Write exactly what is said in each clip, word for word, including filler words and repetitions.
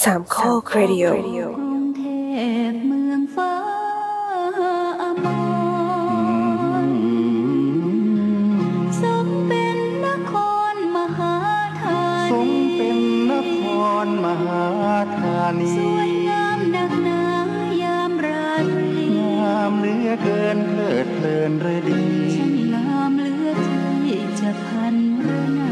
สามข้อครดิโอกรุงเทพเมืองฟ้าอมรสมเป็นนครมหาธานีสมเป็นนครมหาธานีสวยงามนักหนายามราตรีงามเหลือเกินเพลิดเพลินฤดีช่างงามเหลือที่จะพันรนา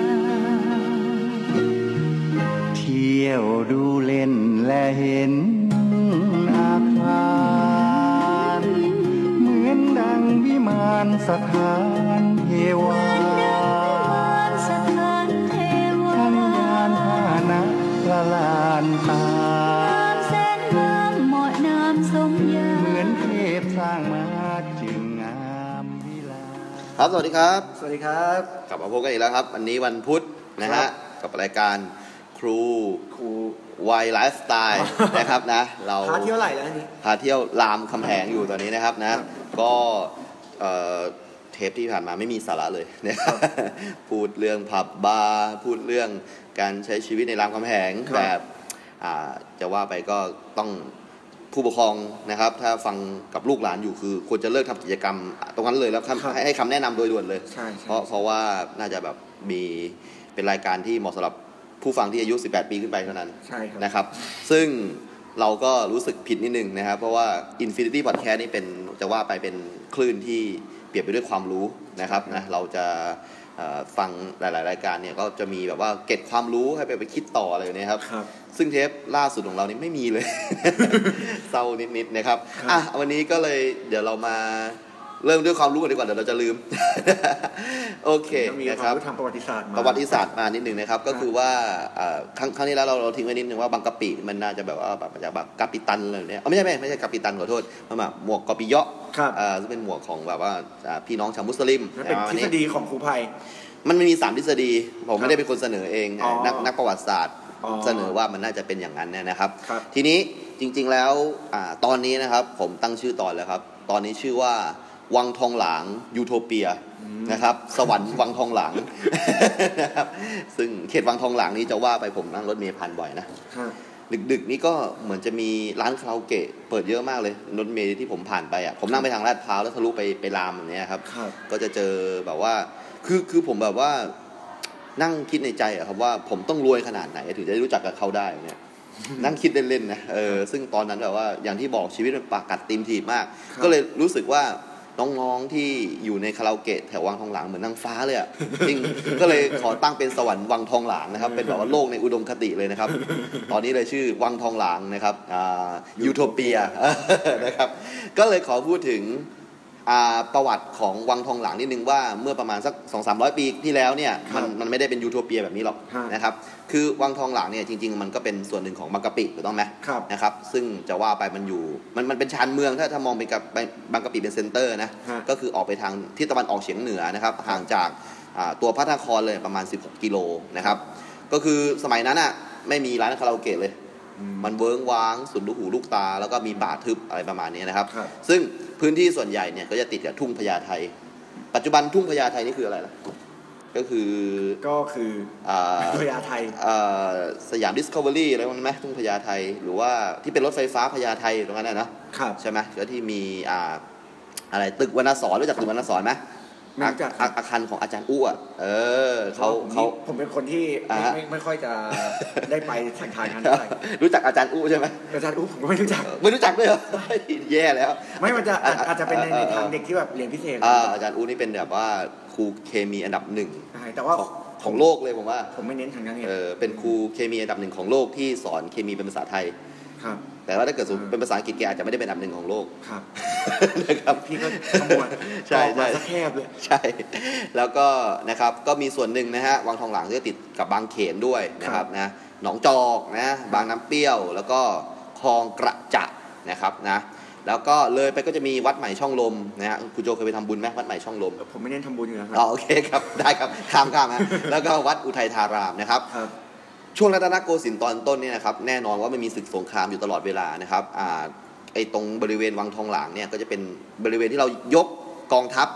เที่ยวดูเล่นและเห็นอาคารเหมือนดังวิมานสถานเทวาทั้งยานพาหนะละลานตาแสนงามเหมาะนามสมญาเหมือนเทพสร้างมาจึงงามวิลาครับสวัสดีครับสวัสดีครับกลับมาพบกันอีกแล้วครับวันนี้วันพุธนะฮะกับรายการครูครูวัยไลฟ์สไตล์นะครับนะเราพาเที่ยวไหนแล้วนี่พาเที่ยวรามคำแหงอยู่ตอนนี้นะครับนะก็เทปที่ผ่านมาไม่มีสาระเลยนะครับพูดเรื่องผับบาร์พูดเรื่องการใช้ชีวิตในรามคำแหงแบบจะว่าไปก็ต้องผู้ปกครองนะครับถ้าฟังกับลูกหลานอยู่คือควรจะเลิกทำกิจกรรมตรงนั้นเลยแล้วให้คำแนะนำโดยด่วนเลยเพราะเพราะว่าน่าจะแบบมีเป็นรายการที่เหมาะสำหรับผู้ฟังที่อายุสิบแปดปีขึ้นไปเท่านั้นนะครับซึ่งเราก็รู้สึกผิดนิดนึงนะครับเพราะว่า Infinity Podcast นี่เป็นจะว่าไปเป็นคลื่นที่เปรียบไปด้วยความรู้นะครับนะเราจะฟังหลายๆรายการเนี่ยก็จะมีแบบว่าเก็บความรู้ให้ไปไปคิดต่ออะไรอย่างนี้ครับซึ่งเทปล่าสุดของเรานี่ไม่มีเลย เศร้านิดๆนะครับอ่ะวันนี้ก็เลยเดี๋ยวเรามาเริ่มด้วยความรู้กันดีกว่าเดี๋ยวเราจะลืมโอเคนะครับทางประวัติศาสตร์ประวัติศาสตร์มานิดนึงนะครับก็คือว่าครั้งครั้งนี้แล้วเราเราทิ้งไว้นิดนึงว่าบางกะปิมันน่าจะแบบว่าแบบมาจากแบบกะปิตันอะไรเนี่ยไม่ใช่ไม่ไม่ใช่กะปิตันขอโทษมันแบบหมวกกอปิเยาะซึ่งเป็นหมวกของแบบว่าพี่น้องชาวมุสลิมเป็นทฤษฎีของครูภัยมันมีสามทฤษฎีผมไม่ได้เป็นคนเสนอเองนักนักประวัติศาสตร์เสนอว่ามันน่าจะเป็นอย่างนั้นนะครับทีนี้จริงๆแล้วตอนนี้นะครับผมตั้งชื่อตอนแล้วครับตอนนี้ชื่อว่าวังทองหลางยูโทเปียนะครับสวรรค์วังทองหลางนะครับซึ่งเขตวังทองหลางนี้จะว่าไปผมนั่งรถเมล์ผ่านบ่อยนะดึกๆนี่ก็เหมือนจะมีร้านคาราโอเกะเปิดเยอะมากเลยรถเมล์ที่ผมผ่านไปอ่ะผมนั่งไปทางลาดพร้าวแล้วทะลุไปไปรามแบบนี้ครับก็จะเจอแบบว่าคือคือผมแบบว่านั่งคิดในใจอะครับว่าผมต้องรวยขนาดไหนถึงจะรู้จักกับเขาได้เนี่ยนั่งคิดเล่นๆนะเออซึ่งตอนนั้นแบบว่าอย่างที่บอกชีวิตมันปากกัดตีมถีบมากก็เลยรู้สึกว่าน้องๆที่อยู่ในคาราโอเกะแถววังทองหลางเหมือนนางฟ้าเลยอ่ะจริงก็เลยขอตั้งเป็นสวรรค์วังทองหลางนะครับเป็นแบบว่าโลกในอุดมคติเลยนะครับตอนนี้เลยชื่อวังทองหลางนะครับอ่ายูโทเปียนะครับก็เลยขอพูดถึงประวัติของวังทองหลางนิดนึงว่าเมื่อประมาณสัก สองถึงสามร้อย ปีที่แล้วเนี่ยมันมันไม่ได้เป็นยูโทเปียแบบนี้หรอกนะครับคือวังทองหลางเนี่ยจริงๆมันก็เป็นส่วนหนึ่งของบางกะปิถูกต้องไหมนะครับซึ่งจะว่าไปมันอยู่มันมันเป็นชานเมืองถ้าถ้ามองเป็นกับบางกะปิเป็นเซ็นเตอร์นะก็คือออกไปทางทิศตะวันออกเฉียงเหนือนะครับห่างจากตัวพระนครเลยประมาณสิบหกกิโลนะครับก็คือสมัยนั้นอ่ะไม่มีร้านคาราโอเกะเลยมันเวิ้งว้างสุดลูกหูลูกตาแล้วก็มีป่าทึบอะไรประมาณนี้นะครับซึ่งพื้นที่ส่วนใหญ่เนี่ยก็จะติดกับทุ่งพญาไทปัจจุบันทุ่งพญาไทนี่คืออะไรล่ะก็คือก็คือพญาไทสยามดิสคัฟเวอรี่อะไรพวกนั้นไหมทุ่งพญาไทหรือว่าที่เป็นรถไฟฟ้าพญาไทตรงนั้นนะใช่ไหมก็ที่มีอะไรตึกวรรณสอนรู้จักตึกวรรณสอนไหมอาคารของอาจารย์อู้อ่ะเออเขาเขาผมเป็นคนที่ไม่ไม่ค่อยจะได้ไปทางทางนั้นเท่าไหร่รู้จักอาจารย์อู้ใช่ไหมอาจารย์อู้ผมก็ไม่รู้จักไม่รู้จักด้วยเหรอแย่แล้วไม่มันจะอาจจะเป็นในทางเด็กที่แบบเรียนพิเศษอาจารย์อู้นี่เป็นแบบว่าครูเคมีอันดับหนึ่งแต่ว่าของโลกเลยผมว่าผมไม่เน้นทางนั้นไงเออเป็นครูเคมีอันดับหนึ่งของโลกที่สอนเคมีเป็นภาษาไทยครับแต่ว่าถ้าเกิดเป็นภาษาอังกฤษแกอาจจะไม่ได้เป็นอันดับหนึ่งของโลกครับนะครับพี่ก็ขมวดใช่ใช่แคบเลยใช่แล้วก็นะครับก็มีส่วนหนึ่งนะฮะวังทองหลางที่ติดกับบางเขนด้วยนะครับนะหนองจอกนะบางน้ำเปรี้ยวแล้วก็คลองกระจะนะครับนะแล้วก็เลยไปก็จะมีวัดใหม่ช่องลมนะฮะคุณโจเคยไปทำบุญไหมวัดใหม่ช่องลมผมไม่เน้นทำบุญอยู่แล้วครับอ๋อโอเคครับได้ครับข้ามข้ามนะแล้วก็วัดอุทัยธารามนะครับช่วงรัตนโกสินทร์ตอนต้นนี่นะครับแน่นอนว่ามันมีศึกสงครามอยู่ตลอดเวลานะครับอ่าไอ้ตรงบริเวณวังทองหลางเนี่ยก็จะเป็นบริเวณที่เรายกกองทัพ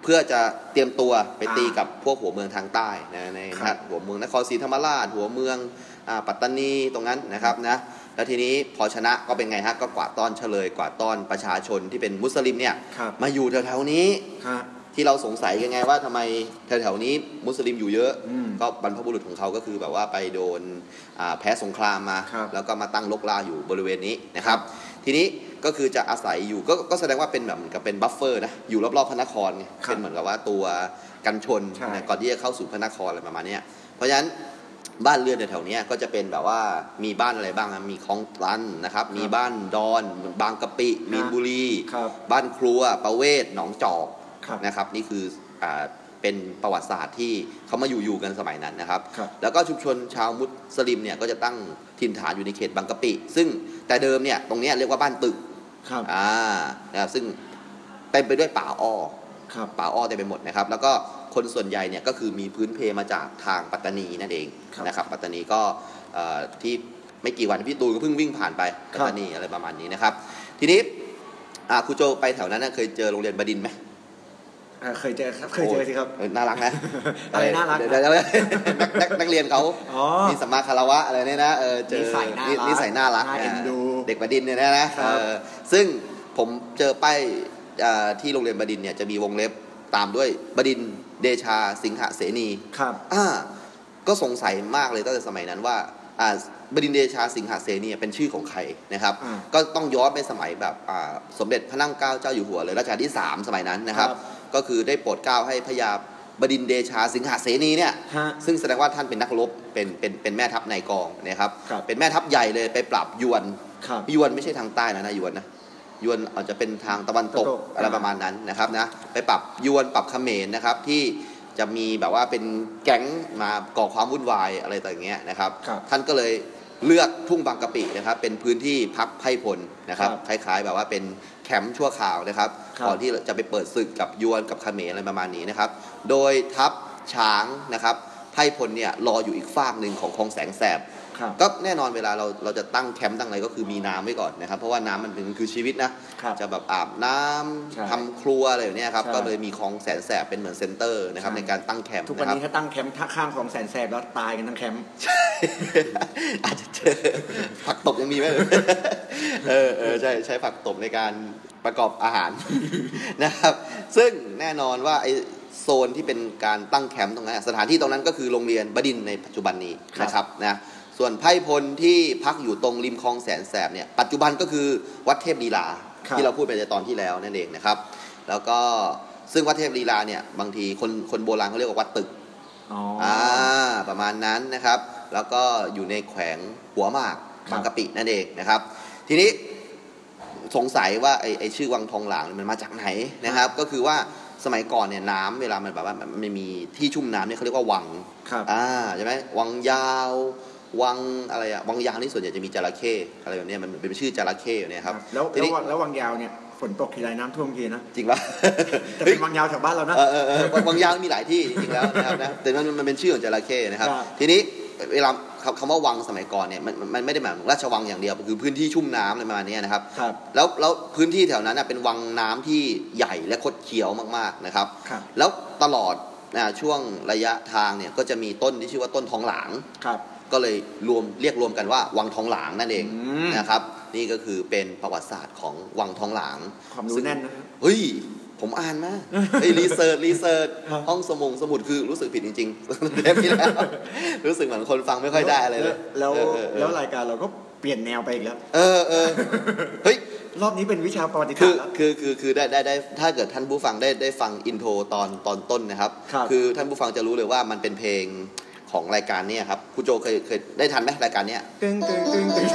เพื่อจะเตรียมตัวไปตีกับพวกหัวเมืองทางใต้นะในหัวเมืองนครศรีธรรมราชหัวเมืองปัตตานีตรงนั้นนะครับนะแล้วทีนี้พอชนะก็เป็นไงฮะก็กวาดต้อนเฉลยกวาดต้อนประชาชนที่เป็นมุสลิมเนี่ยมาอยู่แถวๆนี้ที่เราสงสัยกันไงว่าทำไมแถวๆนี้มุสลิมอยู่เยอะก็บรรพบุรุษของเขาก็คือแบบว่าไปโดนแพ้สงครามมาแล้วก็มาตั้งรกรากอยู่บริเวณนี้นะครับทีนี้ก็คือจะอาศัยอยู่ ก, ก็แสดงว่าเป็นแบบเหมือนกับเป็นบัฟเฟอร์นะอยู่รอบๆพระนครไงเป็นเหมือนกับว่าตัวกันชนนะก่อนที่จะเข้าสู่พระนครอะไรประมาณนี้เพราะฉะนั้นบ้านเรือนแถวๆนี้ก็จะเป็นแบบว่ามีบ้านอะไรบ้างนะมีคลองตันนะครับมีบ้านดอนบางกะปิมีนบุรีบ้านครัวประเวศหนองจอกนะครับนี่คืออ่าเป็นประวัติศาสตร์ที่เขามาอยู่อยู่กันสมัยนั้นนะครับแล้วก็ชุมชนชาวมุสลิมเนี่ยก็จะตั้งถิ่นฐานอยู่ในเขตบางกะปิซึ่งแต่เดิมเนี่ยตรงนี้เรียกว่าบ้านตึกอ่านะครับซึ่งเต็มไปด้วยป่าอ้อป่าอ้อเต็มไปหมดนะครับแล้วก็คนส่วนใหญ่เนี่ยก็คือมีพื้นเพมาจากทางปัตตานีนั่นเองนะครับปัตตานีก็ที่ไม่กี่วันพี่ตูนก็เพิ่งวิ่งผ่านไปปัตตานีอะไรประมาณนี้นะครับทีนี้ครูโจไปแถวนั้นเคยเจอโรงเรียนบดินทร์ไหมเคยเจอครับเคยเจอสิครับน่ารักนะอะไรน่ารักนักเรียนเขามีสัมมาคารวะอะไรเนี่ยนะเออเจอนิสัยน่ารักเด็กบดินทร์เนี่ยนะซึ่งผมเจอป้ายที่โรงเรียนบดินทร์เนี่ยจะมีวงเล็บตามด้วยบดินทร์เดชาสิงหเสนีครับอ่าก็สงสัยมากเลยตั้งแต่สมัยนั้นว่าอ่าบดินทร์เดชาสิงหเสนีเป็นชื่อของใครนะครับก็ต้องย้อนไปสมัยแบบสมเด็จพระนั่งเกล้าเจ้าอยู่หัวเลยรัชกาลที่สามสมัยนั้นนะครับก็คือได้โปรดเกล้าให้พญาบดินทร์เดชาสิงหเสนีเนี่ยซึ่งแสดงว่าท่านเป็นนักรบเป็นเป็นเป็นแม่ทัพนายกองนะครับเป็นแม่ทัพใหญ่เลยไปปราบยวนยวนไม่ใช่ทางใต้นะนะยวนนะยวนอาจจะเป็นทางตะวันตกอะไรประมาณนั้นนะครับนะไปปรับยวนปรับเขมรนะครับที่จะมีแบบว่าเป็นแก๊งมาก่อความวุ่นวายอะไรต่างเงี้ยนะครับท่านก็เลยเลือกทุ่งบางกะปินะครับเป็นพื้นที่พักไพร่พลนะครับคล้ายๆแบบว่าเป็นแคมป์ชั่วคราวนะครับก่อนที่จะไปเปิดศึกกับยวนกับเขมรอะไรประมาณนี้นะครับโดยทัพช้างนะครับไพร่พลเนี่ยรออยู่อีกฝากหนึ่งของคลองแสงแสบก็แน่นอนเวลาเราเราจะตั้งแคมป์ตั้งอะไรก็คือมีน้ำไว้ก่อนนะครับเพราะว่าน้ำมันเป็นคือชีวิตนะจะแบบอาบน้ำทำครัวอะไรอย่างนี้ครับก็เลยมีคลองแสนแสบเป็นเหมือนเซ็นเตอร์นะครับในการตั้งแคมป์ทุกวันนี้ถ้าตั้งแคมป์ข้างคลองแสนแสบแล้วตายกันทั้งแคมป์ใช่อาจจะเจอผักตบยังมีไหมเออเออใช่ใช้ผักตบในการประกอบอาหารนะครับซึ่งแน่นอนว่าไอโซนที่เป็นการตั้งแคมป์ตรงนั้นสถานที่ตรงนั้นก็คือโรงเรียนบดินทร์ในปัจจุบันนี้นะครับนะส่วนไพร่พลที่พักอยู่ตรงริมคลองแสนแสบเนี่ยปัจจุบันก็คือวัดเทพลีลาที่เราพูดไปในตอนที่แล้วนั่นเองนะครับแล้วก็ซึ่งวัดเทพลีลาเนี่ยบางทีคนคนโบราณเขาเรียกว่าวัดตึกอ่าประมาณนั้นนะครับแล้วก็อยู่ในแขวงหัวหมากบางกะปินั่นเองนะครับทีนี้สงสัยว่าไอ้ไอ้ชื่อวังทองหลางมันมาจากไหนนะครับก็คือว่าสมัยก่อนเนี่ยน้ำเวลามันแบบว่ามันไม่มีที่ชุ่มน้ำเนี่ยเขาเรียกว่าวังอ่าใช่ไหมวังยาววังอะไรอะวังยาวนี่ส่วนใหญ่จะมีจระเข้อะไรแบบนี้มันเป็นชื่อจระเข้เนี่ยครับแล้วแล้ววังยาวเนี่ยฝนตกทีไรน้ำท่วมทีนะจริงป่ะแต่เป็นวังยาวแถวบ้านเรานะเออเออวังยาวมีหลายที่จริงแล้วนะครับนะแต่มันมันเป็นชื่อของจระเข้นะครับทีนี้เวลาคำว่าวังสมัยก่อนเนี่ยมันมันไม่ได้หมายถึงราชวังอย่างเดียวคือพื้นที่ชุ่มน้ำอะไรประมาณนี้นะครับแล้วแล้วพื้นที่แถวนั้นเป็นวังน้ำที่ใหญ่และคดเคี้ยวมากๆนะครับแล้วตลอดช่วงระยะทางเนี่ยก็จะมีต้นที่ชื่อว่าต้นทองหลางก็เลยรวมเรียกรวมกันว่าวังทองหลางนั่นเองนะครับนี่ก็คือเป็นประวัติศาสตร์ของวังทองหลางความรู้แน่นนะเฮ้ยผมอ่านมาไอ้รีเสิร์ชรีเสิร์ชห้องสมงสมุดคือรู้สึกผิดจริงๆเทปที่แล้วรู้สึกเหมือนคนฟังไม่ค่อยได้อะไรเลยแล้วแล้วรายการเราก็เปลี่ยนแนวไปอีกแล้วเออเออเฮ้ยรอบนี้เป็นวิชาประวัติศาสตร์คือคือคือได้ได้ได้ถ้าเกิดท่านผู้ฟังได้ได้ฟังอินโทรตอนตอนต้นนะครับคือท่านผู้ฟังจะรู้เลยว่ามันเป็นเพลงของรายการนี้ครับครูโจเคยเคยได้ทันไหมรายการนี้ตึงตึงตึงตึง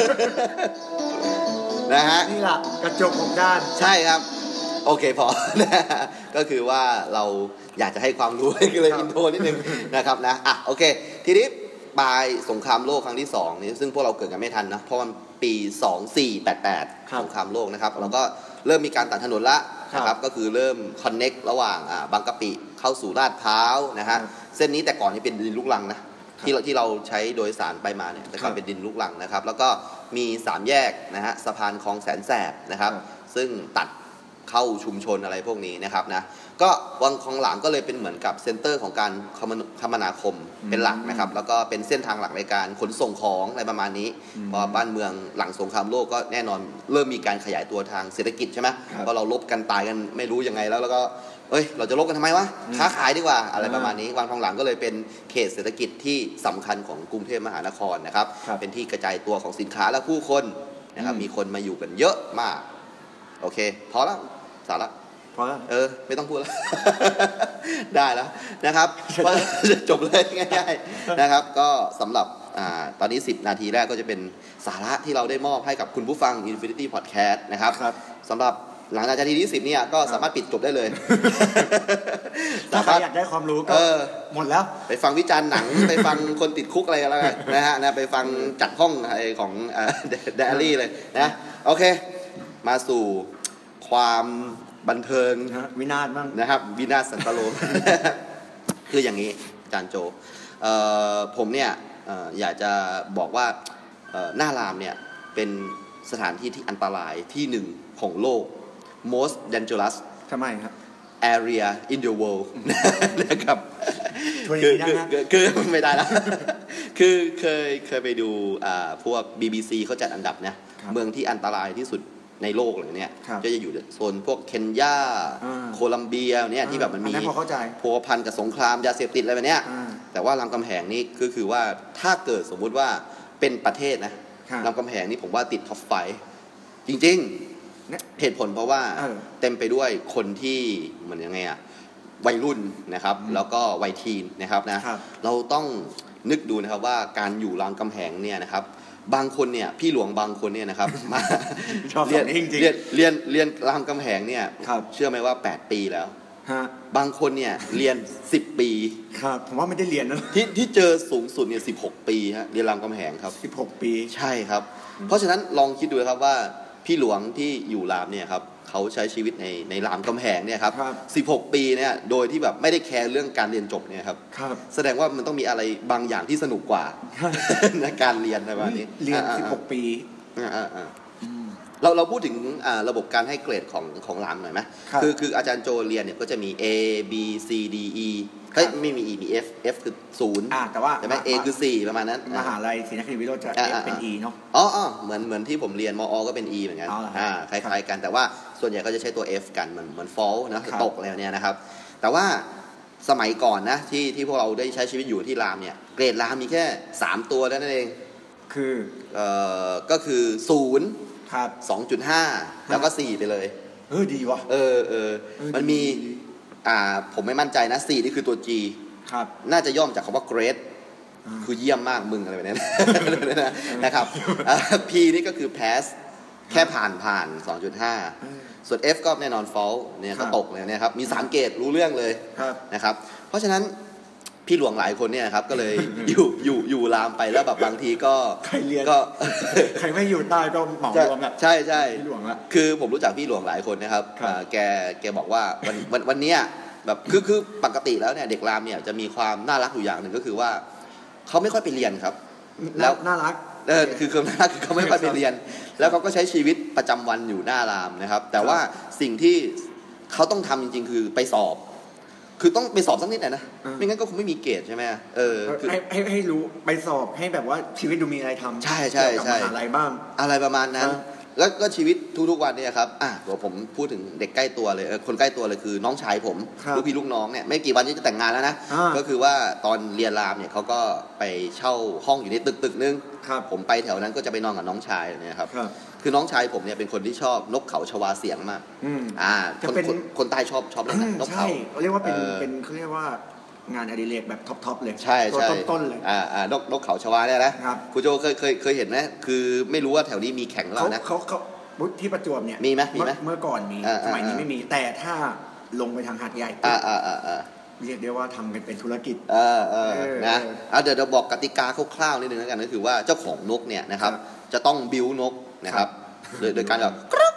นะฮะนี่แหละกระจกของด้านใช่ครับโอเคพอก็คือว่าเราอยากจะให้ความรู้ก็เลยอินโทรนิดนึงนะครับนะอ่ะโอเคทีนี้ปลายสงครามโลกครั้งที่สองนี่ซึ่งพวกเราเกิดกันไม่ทันนะเพราะมันปีสองพันสี่ร้อยแปดสิบแปดสงครามโลกนะครับเราก็เริ่มมีการตัดถนนละนะครับก็คือเริ่มคอนเน็กระหว่างอ่าบางกะปิเข้าสู่ลาดพร้าวนะฮะเส้นนี้แต่ก่อนนี่เป็นดินลูกรังนะที่เราที่เราใช้โดยสารไปมาเนี่ยแต่ก่อนเป็นดินลูกรังนะครับแล้วก็มีสามแยกนะฮะสะพานคลองแสนแสบนะครับซึ่งตัดเข้าชุมชนอะไรพวกนี้นะครับนะก็วังคลองหลางก็เลยเป็นเหมือนกับเซ็นเตอร์ของการคมนาคมเป็นหลักนะครับแล้วก็เป็นเส้นทางหลักในการขนส่งของอะไรประมาณนี้เพราะบ้านเมืองหลังสงครามโลกก็แน่นอนเริ่มมีการขยายตัวทางเศรษฐกิจใช่ไหมเพราะเราลบกันตายกันไม่รู้ยังไงแล้วแล้วก็เอ้ยเราจะลบกันทำไมวะค้าขายดีกว่าอะไรประมาณนี้วังทองหลางก็เลยเป็นเขตเศรษฐกิจที่สำคัญของกรุงเทพมหานครนะครับเป็นที่กระจายตัวของสินค้าและผู้คนนะครับมีคนมาอยู่กันเยอะมากโอเคพอแล้วสาระพอแล้วเออไม่ต้องพูดแล้ว ได้แล้วนะครับจบเลยง่ายๆนะครับก็สำหรับอ่าตอนนี้สิบนาทีแรกก็จะเป็นสาระที่เราได้มอบให้กับคุณผู้ฟัง Infinity Podcast นะครับสำหรับหลังจากนาทีที่สิบเนี่ยก็สามารถปิดจบได้เลยถ้าใครอยากได้ความรู้ก็หมดแล้วไปฟังวิจารณ์หนัง ไปฟังคนติดคุกอะไรกันแล้วกันนะฮะนะไปฟังจัดห้องอะไรของไดอารี่เลยนะโอเคมาสู่ความบันเทิงวินาศบ้างนะครับวินาศสันตโล คืออย่างนี้อาจารย์โจผมเนี่ยอยากจะบอกว่าหน้ารามเนี่ยเป็นสถานที่ที่อันตรายที่หนึ่งของโลก most dangerous ทำไมครับ area in the world นะครับคือคือไม่ได้แล้ว คือเคยเคยไปดูพวก บี บี ซี เขาจัดอันดับนะเมืองที่อันตรายที่สุดในโลกเลยเนี่ยจะอยู่โซนพวกเคนยาโคลัมเบียเนี่ยที่แบบมันมีพัวพันกับสงครามยาเสพติดอะไรแบบเนี้ยแต่ว่ารามคำแหงนี่ก็คือว่าถ้าเกิดสมมุติว่าเป็นประเทศนะรามคำแหงนี่ผมว่าติดท็อปไฟว์จริงๆเหตุผลเพราะว่าเต็มไปด้วยคนที่เหมือนยังไงอะวัยรุ่นนะครับแล้วก็วัยทีนนะครับนะเราต้องนึกดูนะครับว่าการอยู่รามคำแหงเนี่ยนะครับบางคนเนี่ยพี่หลวงบางคนเนี่ยนะครับมาเรียนเรียนเรียนเรียนรามคำแหงเนี่ยเชื่อไหมว่าแปดปีแล้วบางคนเนี่ยเรียนสิบปีครับผมว่าไม่ได้เรียนนะที่ที่เจอสูงสุดเนี่ยสิบหกปีฮะเรียนรามคำแหงครับสิบหกปีใช่ครับเพราะฉะนั้นลองคิดดูครับว่าพี่หลวงที่อยู่รามเนี่ยครับเขาใช้ชีวิตในในรามคำแหงเนี่ยครับสิบหกปีเนี่ยโดยที่แบบไม่ได้แคร์เรื่องการเรียนจบเนี่ยครับแสดงว่ามันต้องมีอะไรบางอย่างที่สนุกกว่าในการเรียนอะไรแบบนี้เรียนสิบหกปีเราเราพูดถึงระบบการให้เกรดของของรามหน่อยไหมคือคืออาจารย์โจเรียนเนี่ยก็จะมี A B C D E เฮ้ยไม่มี E มี F F คือศูนย์แต่ว่าใช่ไหม A คือสี่ประมาณนั้นมหาลัยศรีนครินทรวิโรจน์จะ F เป็น E เนาะอ๋อเหมือนเหมือนที่ผมเรียนมอก็เป็น E เหมือนกันอ่าคล้ายๆกันแต่ว่าส่วนใหญ่ก็จะใช้ตัว F กันเหมือนเหมือน fall นะตกอะไรเนี่ยนะครับแต่ว่าสมัยก่อนนะที่ที่พวกเราได้ใช้ชีวิตอยู่ที่รามเนี่ยเกรดรามมีแค่สามตัวนั่นเองคือเอ่อก็คือศูนย์ครับสองจุดห้า แล้วก็สี่ไปเลยเออดีว่ะเออเออมันมีอ่าผมไม่มั่นใจนะสี่นี่คือตัว G ครับน่าจะย่อมจากคำว่า great คือเยี่ยมมากมึงอะไรแบบนี้นะครับ P นี่ก็คือ pass แค่ผ่านผ่าน สองจุดห้า ส่วน F ก็แน่นอน fall เนี่ยก็ตกเลยเนี่ยครับมีสามเกรดรู้เรื่องเลยนะครับเพราะฉะนั้นพี่หลวงหลายคนเนี่ยครับก็เลยอยู่อยู่อยู่รามไปแล้วแบบบางทีก็ใครเรียนก็ใครไม่อยู่ใต้ก็เหมารวมอ่ะใช่ใช่พี่หลวงอ่ะคือผมรู้จักพี่หลวงหลายคนนะครับแกแกบอกว่าวันวันวันนี้แบบคือคือปกติแล้วเนี่ยเด็กรามเนี่ยจะมีความน่ารักอยู่อย่างหนึ่งก็คือว่าเขาไม่ค่อยไปเรียนครับแล้วน่ารักเออคือคือน่ารักคือเขาไม่ค่อยไปเรียนแล้วเขาก็ใช้ชีวิตประจำวันอยู่หน้ารามนะครับแต่ว่าสิ่งที่เขาต้องทำจริงๆคือไปสอบคือต้องไปสอบสักนิดหน่อยนะไม่งั้นก็คงไม่มีเกรดใช่ไหมเออให้ให้ให้รู้ไปสอบให้แบบว่าชีวิตดูมีอะไรทำใช่ใช่ใช่อะไรบ้างอะไรประมาณนั้นแล้วก็ชีวิตทุกๆวันเนี่ยครับอ่ะเดี๋ยวผมพูดถึงเด็กใกล้ตัวเลยคนใกล้ตัวเลยคือน้องชายผมลูกพี่ลูกน้องเนี่ยไม่กี่วันนี้จะแต่งงานแล้วนะก็คือว่าตอนเรียนรามเนี่ยเขาก็ไปเช่าห้องอยู่ในตึกตึกนึงผมไปแถวนั้นก็จะไปนอนกับน้องชายเนี่ยครับคือน้องชายผมเนี่ยเป็นคนที่ชอบนกเขาชวาเสียงมากอ่าคนคนใต้ชอบชอบเล่นนกเขาเรียกว่าเป็นเป็นเขาเรียกว่างานอดิเรกแบบท็อปๆเลยใช่ใช่ต้นๆเลยอ่าอ่านกนกเขาชวาเนี่ยนะครูโจเคยเคยเคยเห็นไหมคือไม่รู้ว่าแถวนี้มีแข่งแล้วนะเขาเขาที่ประจวบเนี่ยมีไหมมีไหมเมื่อก่อนมีสมัยนี้ไม่มีแต่ถ้าลงไปทางหาดใหญ่อ่าอ่าอ่าอ่าเรียกได้ว่าทำกันเป็นธุรกิจเออเออนะเอาเดี๋ยวเราบอกกติกาคร่าวๆนิดนึงแล้วกันก็คือว่าเจ้าของนกเนี่ยนะครับจะต้องบิ้วนกนะครับโดยโดยการแบบกรอกกรอกกรอก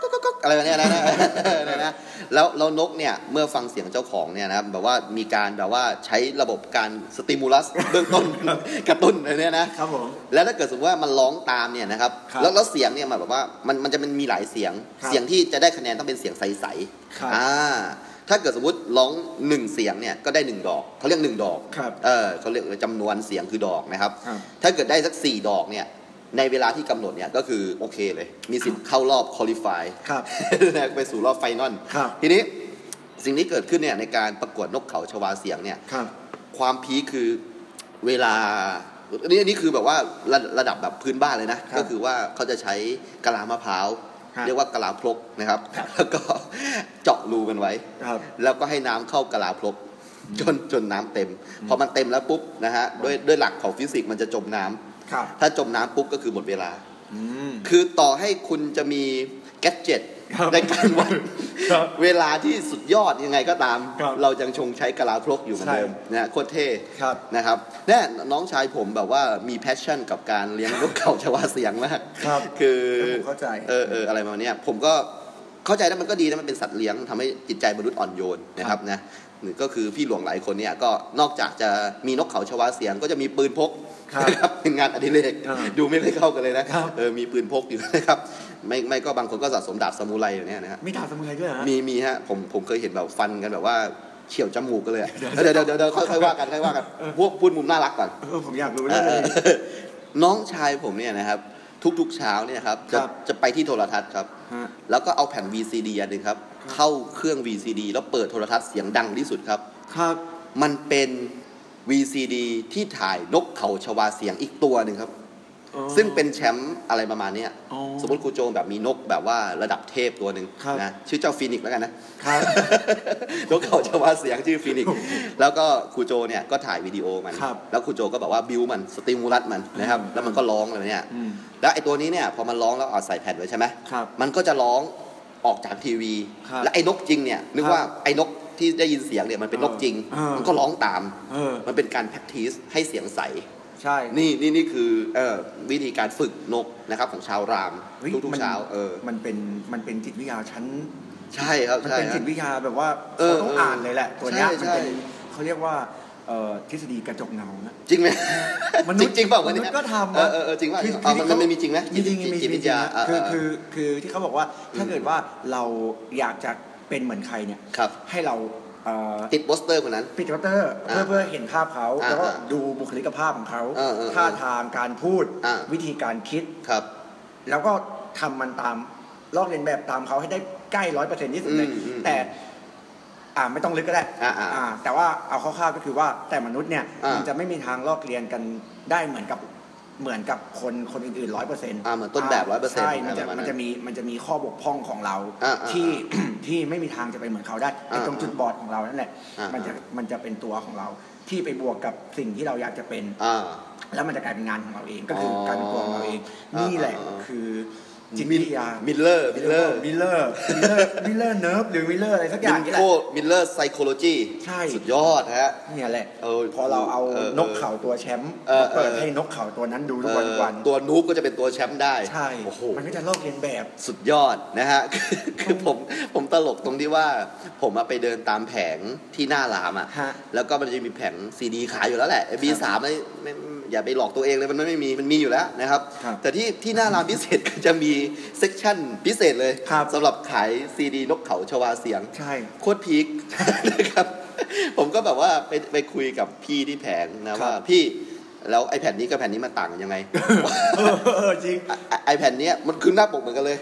อะไรแบบนี้นะนะนะแล้วแล้วนกเนี่ยเมื่อฟังเสียงเจ้าของเนี่ยนะครับแบบว่ามีการแบบว่าใช้ระบบการสติมูลัสเบื้องต้นกระตุ้นอะไรเนี่ยนะครับผมแล้วถ้าเกิดสมมติว่ามันร้องตามเนี่ยนะครับแล้วแล้วเสียงเนี่ยมันแบบว่ามันมันจะมันมีหลายเสียงเสียงที่จะได้คะแนนต้องเป็นเสียงใสๆอ่าถ้าเกิดสมมติร้องหนึ่งเสียงเนี่ยก็ได้หนึ่งดอกเขาเรียกหนึ่งดอกเออเขาเรียกจำนวนเสียงคือดอกนะครับถ้าเกิดได้สักสี่ดอกเนี่ยในเวลาที่กำหนดเนี่ยก็คือโอเคเลยมีสิทธิ์เข้ารอบคุริฟายไปสู่รอบไฟนอลทีนี้สิ่งที่เกิดขึ้นเนี่ยในการประกวดนกเขาชวาเสียงเนี่ยความพีคคือเวลาอันนี้อันนี้คือแบบว่าระระดับแบบพื้นบ้านเลยนะก็คือว่าเขาจะใช้กะลามะพร้าวเรียกว่ากะลาพลกนะครับแล้วก็เจาะรูกันไว้แล้วก็ให้น้ำเข้ากะลาพลกจนจนน้ำเต็มพอมันเต็มแล้วปุ๊บนะฮะด้วยด้วยหลักของฟิสิกส์มันจะจมน้ำถ้าจมน้ำปุ๊บก็คือหมดเวลาคือต่อให้คุณจะมีแกดเจ็ตในการวัดเวลาที่สุดยอดยังไงก็ตามเรายังชงใช้กะลาพลกอยู่เหมือนเดิมนะโคตรเท่นะครับแน่น้องชายผมแบบว่ามีแพชชั่นกับการเลี้ยงนกเขาชวาเสียงมากคือเข้าใจเออเอออะไรประมาณนี้ผมก็เข้าใจนะมันก็ดีนะมันเป็นสัตว์เลี้ยงทำให้จิตใจมนุษย์อ่อนโยนนะครับนะหรือก็คือพี่หลวงหลายคนเนี่ยก็นอกจากจะมีนกเขาชวาเสียงก็จะมีปืนพกนะครับเป็นงานอดิเรกดูไม่ได้เข้ากันเลยนะเออมีปืนพกอยู่นะครับไม่ไม่ก็บางคนก็สะสมดาบซามูไรอย่างเนี้ยนะฮะมีดาบซามูไรด้วยเหรอมีมีฮะผมผมเคยเห็นแบบฟันกันแบบว่าเฉี่ยวจมูกกันเลยเดี๋ยวเดี๋ยวเดี๋ยวค่อยๆว่ากันค่อยๆว่ากันพวกพูดมุมน่ารักก่อนเออผมอยากรู้เลยน้องชายผมเนี่ยนะครับทุกๆเช้าเนี่ยครับจะจะไปที่โทรทัศน์ครับแล้วก็เอาแผ่น วี ซี ดี อันนึงครับเข้าเครื่อง วี ซี ดี แล้วเปิดโทรทัศน์เสียงดังที่สุดครับครับมันเป็น วี ซี ดี ที่ถ่ายนกเขาชวาเสียงอีกตัวหนึ่งครับซึ่งเป็นแชมป์อะไรประมาณนี้สมมติครูโจแบบมีนกแบบว่าระดับเทพตัวหนึ่งนะชื่อเจ้าฟีนิกซ์แล้วกันนะนกเขาชวาเสียงชื่อฟีนิกซ์แล้วก็ครูโจเนี่ยก็ถ่ายวิดีโอมันแล้วครูโจก็บอกว่าบิวมันสติมูลัสมันนะครับแล้วมันก็ร้องอะไรเนี่ยแล้วไอ้ตัวนี้เนี่ยพอมันร้องแล้วเอาใส่แผ่นไว้ใช่ไหมมันก็จะร้องออกจากทีวีและไอ้นกจริงเนี่ยนึกว่าไอ้นกที่ได้ยินเสียงเนี่ยมันเป็นนกจริงมันก็ร้องตามมันเป็นการแพคทิสให้เสียงใสใช่นี่นี่นี่คือเอ่อวิธีการฝึกนกนะครับของชาวรามทุกๆเช้าเออมันเป็นมันเป็นจิตวิทยาชั้นใช่ครับมันเป็นจิตวิทยาแบบว่าเขาต้องอ่านเลยแหละตัวนี้มันเป็นเขาเรียกว่าทฤษฎีกระจกเงานะจริงไหมจริงจริงเปล่ามันก็ทำเออเออจริงว่ามันมันมีจริงไหมจริงจริงมีจิตวิทยาคือคือคือที่เขาบอกว่าถ้าเกิดว่าเราอยากจะเป็นเหมือนใครเนี่ยให้เราติดโปสเตอร์คนนั้นติดโปสเตอร์เพื่อเพื่อเห็นภาพเขาแล้วก็ดูบุคลิกภาพของเขาท่าทางการพูดวิธีการคิดแล้วก็ทำมันตามลอกเลียนแบบตามเขาให้ได้ใกล้ร้อยเปอร์เซ็นต์ที่สุดเลยแต่อ่าไม่ต้องลึกก็ได้อ่าแต่ว่าเอาคร่าวๆก็คือว่าแต่มนุษย์เนี่ยมันจะไม่มีทางลอกเลียนกันได้เหมือนกับเหมือนกับคนคนอื่นๆร้อยเปอร์เซ็นต์อ่าเหมือนต้นแบบร้อยเปอร์เซ็นต์ใช่มันจะมันจะมีมันจะมีข้อบกพร่องของเราที่ที่ไม่มีทางจะไปเหมือนเขาได้ไอ้ตรงจุดบอดของเรานั่นแหละมันจะมันจะเป็นตัวของเราที่ไปบวกกับสิ่งที่เราอยากจะเป็นแล้วมันจะกลายเป็นงานของเราเองก็คือการเป็นตัวของเราเองนี่แหละคือจิตวิทยามิลเลอร์มิลเลอร์มิลเลอร์มิลเลอร์มิลเลอร์เนิร์ฟหรือมิลเลอร์อะไรสักอย่างนี่แหละมิลเลอร์ไซโคโลจีใช่สุดยอดฮะเนี่ยแหละพอเราเอานกเขาตัวแชมป์มาเปิดให้นกเขาตัวนั้นดูทุกวันวันตัวนูบก็จะเป็นตัวแชมป์ได้ใช่มันก็จะลอกเลียนแบบสุดยอดนะฮะคือผมผมตลกตรงที่ว่าผมไปเดินตามแผงที่หน้ารามอ่ะแล้วก็มันจะมีแผงซีดีขายอยู่แล้วแหละ บี สาม ไม่อย่าไปหลอกตัวเองเลยมันไม่มีมันมีอยู่แล้วนะครับแต่ที่ที่หน้ารามพิเศษก็จะมีเซกชันพิเศษเลยสำหรับขายซีดีนกเขาชวาเสียงใช่โคตรพีคนะครับผมก็แบบว่าไปไปคุยกับพี่ที่แผงนะว่าพี่แล้วไอแผ่นนี้กับแผ่นนี้มันต่างกันยังไงเออจริงไอแผ่นนี้มันคือหน้าปกเหมือนกันเลย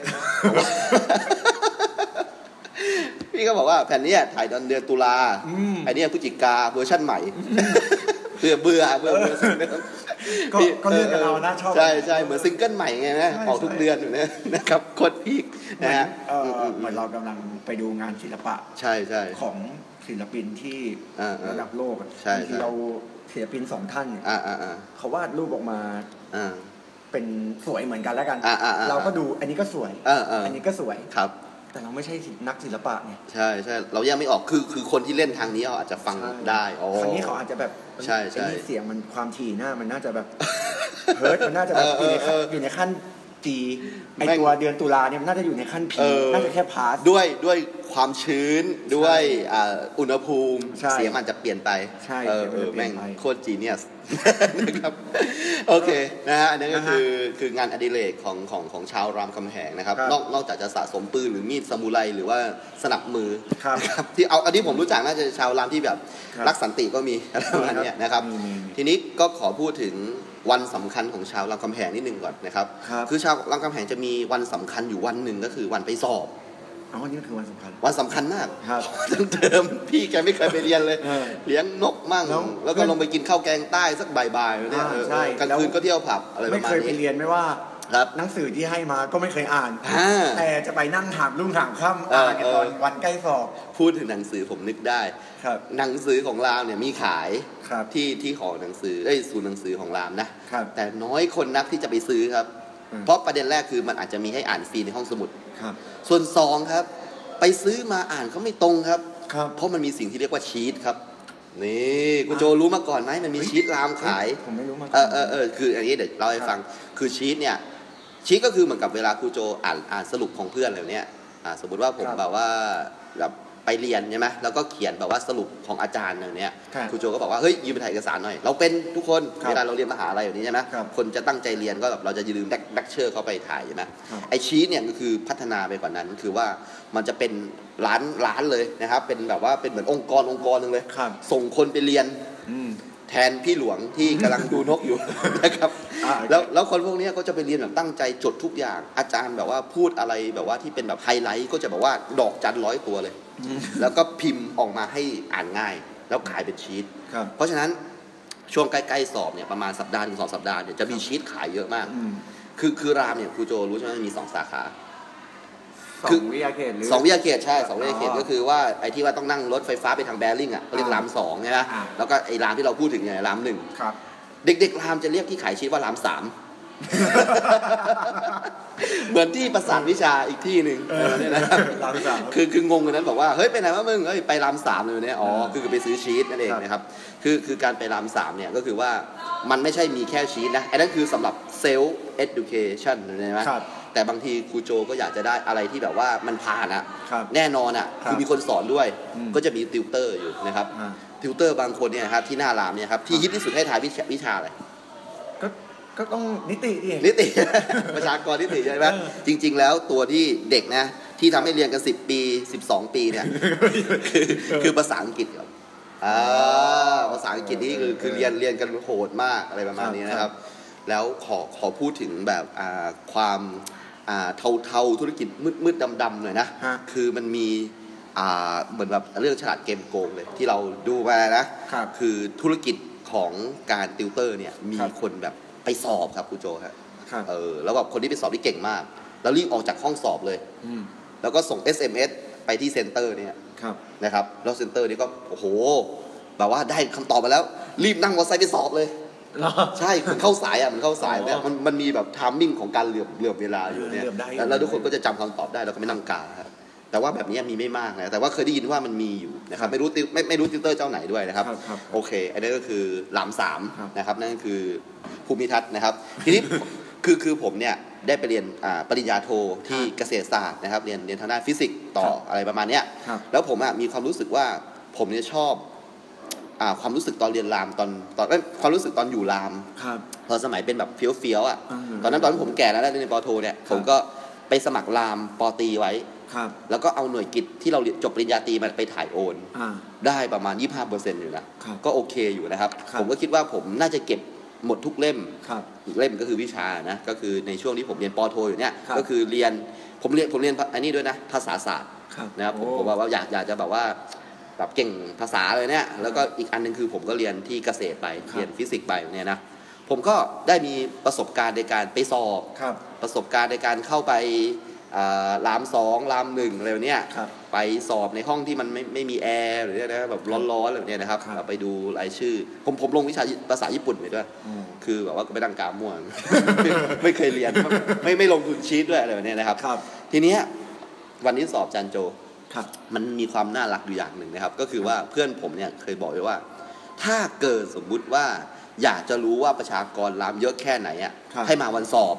พี่ก็บอกว่าแผ่นนี้ถ่ายตอนเดือนตุลาไอเนี้ยพฤศจิกาเวอร์ชั่นใหม่เบื่อเบื่อเบื่อเบื่อก็เลือกกันเอานะชอบใช่ใช่เหมือนซิงเกิลใหม่ไงนะออกทุกเดือนอยู่นะนะครับโคตรพีคนะฮะเหมือนเรากำลังไปดูงานศิลปะใช่ใช่ของศิลปินที่ระดับโลกที่เราศิลปินสองท่านเนี่ยเขาวาดรูปออกมาเป็นสวยเหมือนกันแล้วกันเราก็ดูอันนี้ก็สวยอันนี้ก็สวยครับแต่เราไม่ใช่นักศิลปะไงใช่ใช่เรายังไม่ออกคือคือคนที่เล่นทางนี้อาจจะฟังได้อ๋อครั้งนี้เขาอาจจะแบบใช่ใช่เสียงมันความถี่หน้ามันน่าจะแบบเฮิร์ตมันน่าจะแบบอยู่ในอยู่ในขั้นจีไอตัวเดือนตุลาเนี่ยน่าจะอยู่ในขั้นพีน่าจะแค่พาสด้วยด้วยความชื้นด้วยอุณหภูมิเสียงมันจะเปลี่ยนไปใช่เออแม่งโคตรจีเนียสนะครับโอเคนะฮะอันนี้ก็คือคืองานอดิเรกของของของชาวรามคำแหงนะครับนอกนอกจากจะสะสมปืนหรือมีดซามูไรหรือว่าสนับมือครับที่เอาอันนี้ผมรู้จักน่าจะชาวรามที่แบบรักสันติก็มีอะไรประมาณนี้นะครับทีนี้ก็ขอพูดถึงวันสำคัญของชาวรามคำแหงนิดนึงก่อนนะครับคือชาวรามคำแหงจะมีวันสำคัญอยู่วันหนึ่งก็คือวันไปสอบอ๋อนี่คือวันสำคัญวันสำคัญมากตั้งเดิมพี่แกไม่เคยไปเรียนเลยเลี้ยงนกมั่งแล้วก็ลงไปกินข้าวแกงใต้สักบ่ายๆเนี่ยกลางคืนก็เที่ยวผับอะไรประมาณนี้ไม่เคยไปเรียนไม่ว่าหนังสือที่ให้มาก็ไม่เคยอ่านแต่จะไปนั่งถามรุ่งถามค่ำอ่านกันตอนวันใกล้สอบพูดถึงหนังสือผมนึกได้หนังสือของรามเนี่ยมีขายที่ที่หอหนังสือเอ้ยศูนย์หนังสือของรามนะแต่น้อยคนนักที่จะไปซื้อครับเพราะประเด็นแรกคือมันอาจจะมีให้อ่านฟรีในห้องสมุดส่วนสองครับไปซื้อมาอ่านเขาไม่ตรงครับเพราะมันมีสิ่งที่เรียกว่าชีทครับนี่คุณโจรู้มาก่อนไหมมันมีชีทรามขายผมไม่รู้มาเออเออเออคืออย่างนี้เดี๋ยวเล่าให้ฟังคือชีทเนี่ยชีทก็คือเหมือนกับเวลาครูโจอ่านอ่านสรุปของเพื่อนอะไรเนี้ยสมมติว่าผมแบบว่าแบบไปเรียนใช่ไหมแล้วก็เขียนแบบว่าสรุปของอาจารย์อะไรเนี้ยครูโจก็บอกว่าเฮ้ยยืมไปถ่ายเอกสารหน่อยเราเป็นทุกคนเวลาเราเรียนมหาลัยแบบนี้ใช่ไหมคนจะตั้งใจเรียนก็แบบเราจะยืมแบ็คเชอร์เขาไปถ่ายใช่ไหมไอชีทเนี่ยก็คือพัฒนาไปกว่านั้นคือว่ามันจะเป็นร้านร้านเลยนะครับเป็นแบบว่าเป็นเหมือนองค์กรองค์กรนึงเลยส่งคนไปเรียนแทนพี่หลวงที่กำลังดูนกอยู่นะครับแล้วแล้วคนพวกนี้ก็จะไปเรียนแบบตั้งใจจดทุกอย่างอาจารย์แบบว่าพูดอะไรแบบว่าที่เป็นแบบไฮไลท์ก็จะแบบว่าดอกจันร้อยตัวเลยแล้วก็พิมพ์ออกมาให้อ่านง่ายแล้วขายเป็นชีทเพราะฉะนั้นช่วงใกล้ๆสอบเนี่ยประมาณสัปดาห์ถึงสองสัปดาห์เนี่ยจะมีชีทขายเยอะมากคือคือรามเนี่ยครูโจรู้ใช่ไหมมีสองสาขาสองวิทยาเขตหรือสองวิทยาเขตใช่สองวิทยาเขตก็คือว่าไอ้ที่ว่าต้องนั่งรถไฟฟ้าไปทางแบริ่งอ่ะเขาเรียกรามสองใช่ไหมแล้วก็ไอ้รามที่เราพูดถึงเนี่ยรามหนึ่งเด็กๆรามจะเรียกที่ขายชีทว่ารามสามเหมือนที่ประสานวิชาอีกที่หนึ่งเนี่ยนะคือคืองงกันนั้นบอกว่าเฮ้ยไปไหนวะมึงเฮ้ยไปรามสามเลยเนี่ยอ๋อคือไปซื้อชีทนั่นเองนะครับคือคือการไปรามสามเนี่ยก็คือว่ามันไม่ใช่มีแค่ชีทนะไอ้นั่นคือสำหรับเซลฟ์เอดูเคชั่นใช่ไหมแต่บางทีครูโจก็อยากจะได้อะไรที่แบบว่ามันผ่านอะแน่นอนอะคือมีคนสอนด้วยก็จะมีติวเตอร์อยู่นะครับติวเตอร์บางคนเนี่ยครับที่หน้ารามเนี่ยครับที่ฮิตที่สุดให้ทายวิชาวิชาอะไรก็ก็ต้องนิติดินิติประชากรนิติใช่ไหมจริงๆแล้วตัวที่เด็กนะที่ทำให้เรียนกันสิบปีสิบสองปีเนี่ยคือคือภาษาอังกฤษครับอ่าภาษาอังกฤษนี่คือคือเรียนเรียนกันโหดมากอะไรประมาณนี้นะครับแล้วขอขอพูดถึงแบบความเทาๆธุรกิจมืดๆดำๆหน่อยนะคือมันมีเหมือนแบบเรื่องฉลาดเกมโกงเลยที่เราดูมานะคือธุรกิจของการติวเตอร์เนี่ยมีคนแบบไปสอบครับครูโจครับเออแล้วแบบคนที่ไปสอบที่เก่งมากแล้วรีบออกจากห้องสอบเลยแล้วก็ส่ง เอส เอ็ม เอส ไปที่เซ็นเตอร์เนี่ยนะครับแล้วเซ็นเตอร์นี่ก็โอ้โหแบบว่าได้คำตอบมาแล้วรีบนั่งมอเตอร์ไซค์ไปสอบเลยใช่มันเข้าสายอ่ะมันเข้าสายเนี่ยมันมันมีแบบไทมิ่งของการเหลื่อมเหลื่อมเวลาอยู่เนี่ยแล้วทุกคนก็จะจำคำตอบได้แล้วก็ไม่นั่งกาครับแต่ว่าแบบนี้มีไม่มากนะแต่ว่าเคยได้ยินว่ามันมีอยู่นะครับไม่รู้ไม่ไม่รู้ติวเตอร์เจ้าไหนด้วยนะครับโอเคอันนี้ก็คือรามสามนะครับนั่นก็คือภูมิทัศน์นะครับทีนี้คือคือผมเนี่ยได้ไปเรียนปริญญาโทที่เกษตรศาสตร์นะครับเรียนเรียนทางด้านฟิสิกส์ต่ออะไรประมาณนี้แล้วผมมีความรู้สึกว่าผมเนี่ยชอบความรู้สึกตอนเรียนรามตอนตอนความรู้สึกตอนอยู่รามพอสมัยเป็นแบบเฟี้ยวเฟี้ยวอ่ะตอนนั้นตอนผมแก่แล้วในปอโทเนี่ยผมก็ไปสมัครรามปอตีไว้แล้วก็เอาหน่วยกิจที่เราจบปริญญาตรีมาไปถ่ายโอนได้ประมาณ ยี่สิบห้าเปอร์เซ็นต์ อยู่นะก็โอเคอยู่นะครับผมก็คิดว่าผมน่าจะเก็บหมดทุกเล่มเล่มก็คือวิชานะก็คือในช่วงที่ผมเรียนปอโทอยู่เนี่ยก็คือเรียนผมเรียนผมเรียนอันนี้ด้วยนะภาษาศาสตร์นะครับผมผมว่าอยากอยากจะแบบว่าแบบเก่งภาษาเลยเนี่ยแล้วก็อีกอันนึงคือผมก็เรียนที่เกษตรไปเรียนฟิสิกส์ไปเนี่ยนะผมก็ได้มีประสบการณ์ในการไปสอบประสบการณ์ในการเข้าไปรามสองรามหนึ่งอะไรแบบนี้ไปสอบในห้องที่มันไม่ไม่มีแอร์หรือนะแบบร้อนๆอะไรแบบนี้นะครับไปดูรายชื่อผมผมลงวิชาภาษาญี่ปุ่นไปด้วยคือแบบว่าก็ไปดังกาม่วงไม่เคยเรียนไม่ไม่ลงทุนชีทด้วยอะไรแบบนี้นะครับทีนี้วันนี้สอบจันโจมันมีความน่ารักอยู่อย่างหนึ่งนะครับก็คือว่าเพื่อนผมเนี่ยเคยบอกไว้ว่าถ้าเกิดสมมุติว่าอยากจะรู้ว่าประชากรรามเยอะแค่ไหนอ่ะให้มาวันสอบ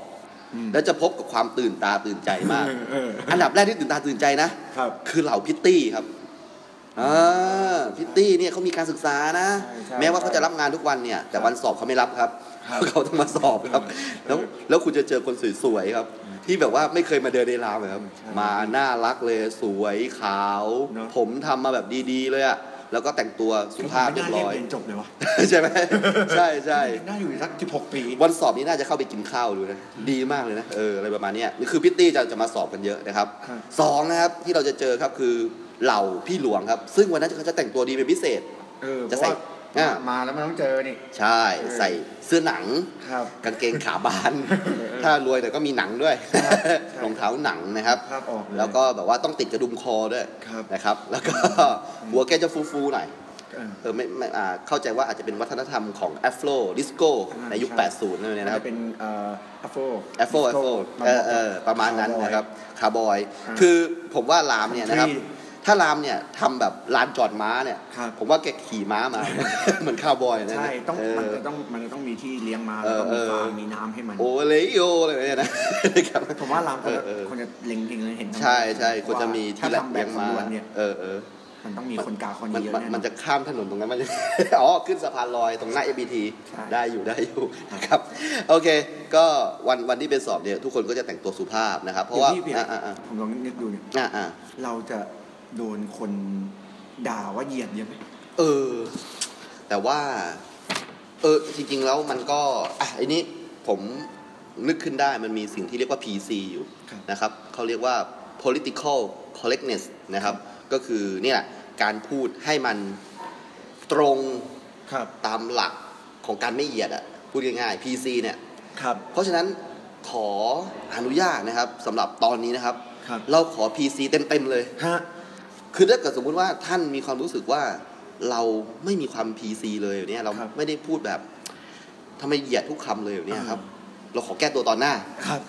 แล้วจะพบกับความตื่นตาตื่นใจมากอันดับแรกที่ตื่นตาตื่นใจนะคือเหล่าพิตตี้ครับอ่าพิตตี้เนี่ยเขามีการศึกษานะแม้ว่าเขาจะรับงานทุกวันเนี่ยแต่วันสอบเขาไม่รับครับเขาต้องมาสอบครับแล้วแล้วคุณจะเจอคนสวยๆครับที่แบบว่าไม่เคยมาเดินในรามเลยครับมาน่ารักเลยสวยขาวผมทำมาแบบดีๆเลยอะแล้วก็แต่งตัวสุภาพเรียบร้อยจบเลยวะใช่ไหมใช่ใช่น่าอยู่สักสิบหกปีวันสอบนี้น่าจะเข้าไปกินข้าวดูนะดีมากเลยนะเอออะไรประมาณนี้นี่คือพิตตี้จะจะมาสอบกันเยอะนะครับสองนะครับที่เราจะเจอครับคือเหล่าพี่หลวงครับซึ่งวันนั้นเขาจะแต่งตัวดีเป็นพิเศษจะใส่มาแล้วมันต้องเจอนี่ใช่ใส่เสื้อหนังกางเกงขาบานถ้ารวยแต่ก็มีหนังด้วยรองเท้าหนังนะครับแล้วก็แบบว่าต้องติดกระดุมคอด้วยนะครับแล้วก็หัวแกจะฟูๆหน่อยเออไม่ไม่อ่าเข้าใจว่าอาจจะเป็นวัฒนธรรมของแอฟโรดิสโก้ในยุคแปดสิบนั่นเองนะครับเป็นเอ่อแอฟโรแอฟโรแอฟโรเออเออประมาณนั้นนะครับคาร์บอยคือผมว่ารามเนี่ยนะครับถ้ารามเนี่ยทำแบบลานจอดม้าเนี่ยผมว่าแกขี่ม้ามาเหมือนคาวบอยนะใช่ต้องมันจะต้องมันจะต้องมีที่เลี้ยงม้าแล้วก็มีฟาร์มมีน้ำให้มันโอเลโออะไรเนี่ยนะผมว่ารามคนจะเล็งจริงเลยเห็นใช่ใช่ควรจะมีที่เลี้ยงม้าเออเออมันต้องมีคนกาคนเยอะแน่มันจะข้ามถนนตรงนั้นมันอ๋อขึ้นสะพานลอยตรงหน้า เอ บี ที ได้อยู่ได้อยู่ครับโอเคก็วันวันที่ไปสอบเนี่ยทุกคนก็จะแต่งตัวสุภาพนะครับเพราะว่าผมลองนึกดูเนี่ยเราจะโดนคนด่าว่าเหยียดเยอะไหมเออแต่ว่าเออจริงๆแล้วมันก็อ่ะอันนี้ผมนึกขึ้นได้มันมีสิ่งที่เรียกว่า พี ซี อยู่นะครับเขาเรียกว่า political correctness นะครับก็คือเนี่ยการพูดให้มันตรงตามหลักของการไม่เหยียดอ่ะพูดง่ายๆ พี ซี เนี่ยเพราะฉะนั้นขออนุญาตนะครับสำหรับตอนนี้นะครับเราขอ พี ซี เต็มๆเลยคือถ้าเกิดสมมุติว่าท่านมีความรู้สึกว่าเราไม่มีความ พี ซี เลยอย่างนี้เราไม่ได้พูดแบบทำไมเหยียดทุกคำเลยอย่างนี้ครับเราขอแก้ตัวตอนหน้าครับ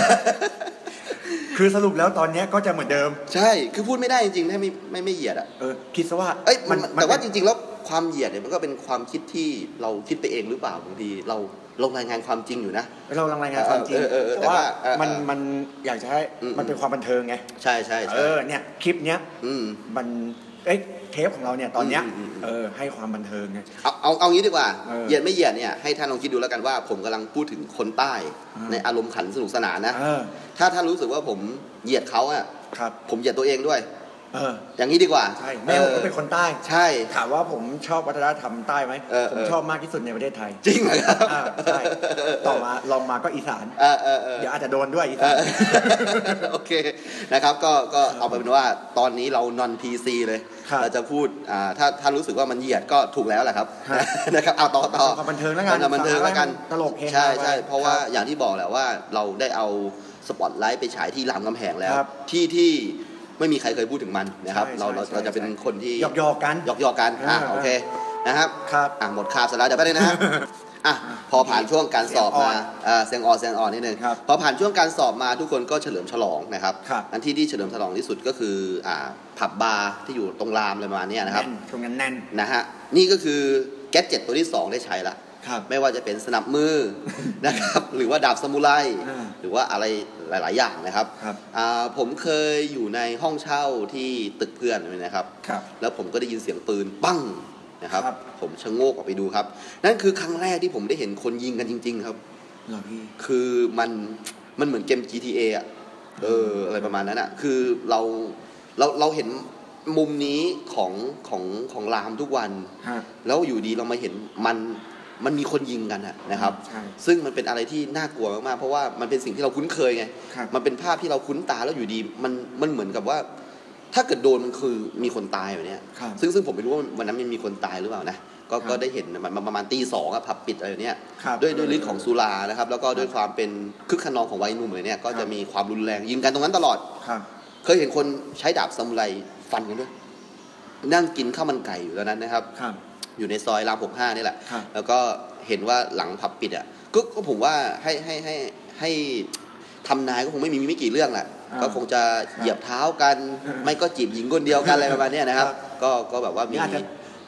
คือสรุปแล้วตอนนี้ก็จะเหมือนเดิมใช่คือพูดไม่ได้จริงๆถ้าไม่ไม่ไม่เหยียดอ่ะเออคิดซะว่าเอ้ยมันแต่ว่าจริงๆแล้วความเหยียดเนี่ยมันก็เป็นความคิดที่เราคิดไปเองหรือเปล่าบางทีเราเรารายงานความจริงอยู่นะเรารายงานความจริงแต่ว่ามันมันอยากจะให้มันเป็นความบันเทิงไงใช่ใช่เออเนี่ยคลิปเนี้ยมันเอ้ยเทปของเราเนี่ยตอนเนี้ยเออให้ความบันเทิงไงเอาเอาเอางี้ดีกว่าเหยียดไม่เหยียดเนี่ยให้ท่านลองคิดดูแล้วกันว่าผมกำลังพูดถึงคนใต้ในอารมณ์ขันสนุกสนานนะถ้าท่านรู้สึกว่าผมเหยียดเขาอ่ะผมเหยียดตัวเองด้วยเอออย่างนี้ดีกว่าใช่แม่ผมก็เป็นคนใต้ใช่ถามว่าผมชอบวัฒนธรรมใต้ไหมผมชอบมากที่สุดในประเทศไทยจริงเหรอครับใช่ต่อมาลองมาก็อีสานเดี๋ยวอาจจะโดนด้วยอีสานโอเคนะครับก็ก็เอาเป็นว่าตอนนี้เรานอน พี ซี เลยเราจะพูดถ้าถ้ารู้สึกว่ามันเหยียดก็ถูกแล้วแหละครับนะครับเอาต่อต่อบันเทิงแล้วกันบันเทิงแล้วกันตลกเฮฮาใช่ใช่เพราะว่าอย่างที่บอกแหละว่าเราได้เอาสปอตไลท์ไปฉายที่รามคำแหงแล้วที่ที่ไม่มีใครเคยพูดถึงมันนะครับเราเราเราจะเป็นคนที่หยอกหยอกกันหยอกหยอกกันอ่ะโอเคนะครับครับอ่ะหมดคาบเสร็จแล้วเดี๋ยวไปเลยนะฮะอ่ะพอผ่านช่วงการสอบมาอ่าเสียงอ่อนเสียงอ่อนนิดนึงพอผ่านช่วงการสอบมาทุกคนก็เฉลิมฉลองนะครับอันที่ที่เฉลิมฉลองที่สุดก็คืออ่าผับบาร์ที่อยู่ตรงรามอะไรประมาณนี้นะครับช่วงนั้นแน่นนะฮะนี่ก็คือแก๊สเจ็ตตัวที่สองได้ใช้ละไม่ว่าจะเป็นสนับมือนะครับหรือว่าดาบซามูไรหรือว่าอะไรหลายๆอย่างนะครับผมเคยอยู่ในห้องเช่าที่ตึกเพื่อนนะครับแล้วผมก็ได้ยินเสียงปืนปั้งนะครับผมชะโงกออกไปดูครับนั่นคือครั้งแรกที่ผมได้เห็นคนยิงกันจริงๆครับคือมันมันเหมือนเกม จี ที เอ อ่ะเอออะไรประมาณนั้นอ่ะคือเราเราเราเห็นมุมนี้ของของของรามทุกวันแล้วอยู่ดีเรามาเห็นมันมันมีคนยิงกันนะครับซึ่งมันเป็นอะไรที่น่ากลัวมากๆเพราะว่ามันเป็นสิ่งที่เราคุ้นเคยไงมันเป็นภาพที่เราคุ้นตาแล้วอยู่ดีมันมันเหมือนกับว่าถ้าเกิดโดนมันคือมีคนตายแบบนี้ซึ่งซึ่งผมไม่รู้ว่าวันนั้นมันมีคนตายหรือเปล่านะก็ก็ได้เห็นมันประมาณตีสองอะผับปิดอะไรเนี้ยด้วยด้วยฤทธิ์ของสุรานะครับแล้วก็ด้วยความเป็นคึกขนองของวัยหนุ่มอะไรเนี้ยก็จะมีความรุนแรงยิงกันตรงนั้นตลอดเคยเห็นคนใช้ดาบซามูไรฟันกันด้วยนั่งกินข้าวมันไก่อยู่ตอนนั้นนะครับอยู่ในซอยรามหกสิบห้านี่แหละแล้วก็เห็นว่าหลังผับปิดอ่ะก็ก็ผมว่าให้ให้ให้ให้ทำนายก็คงไม่มีไม่กี่เรื่องแหละก็คงจะเหยียบเท้ากันไม่ก็จีบหญิงคนเดียวกันอะไรประมาณนี้นะครับก็ก็แบบว่ามี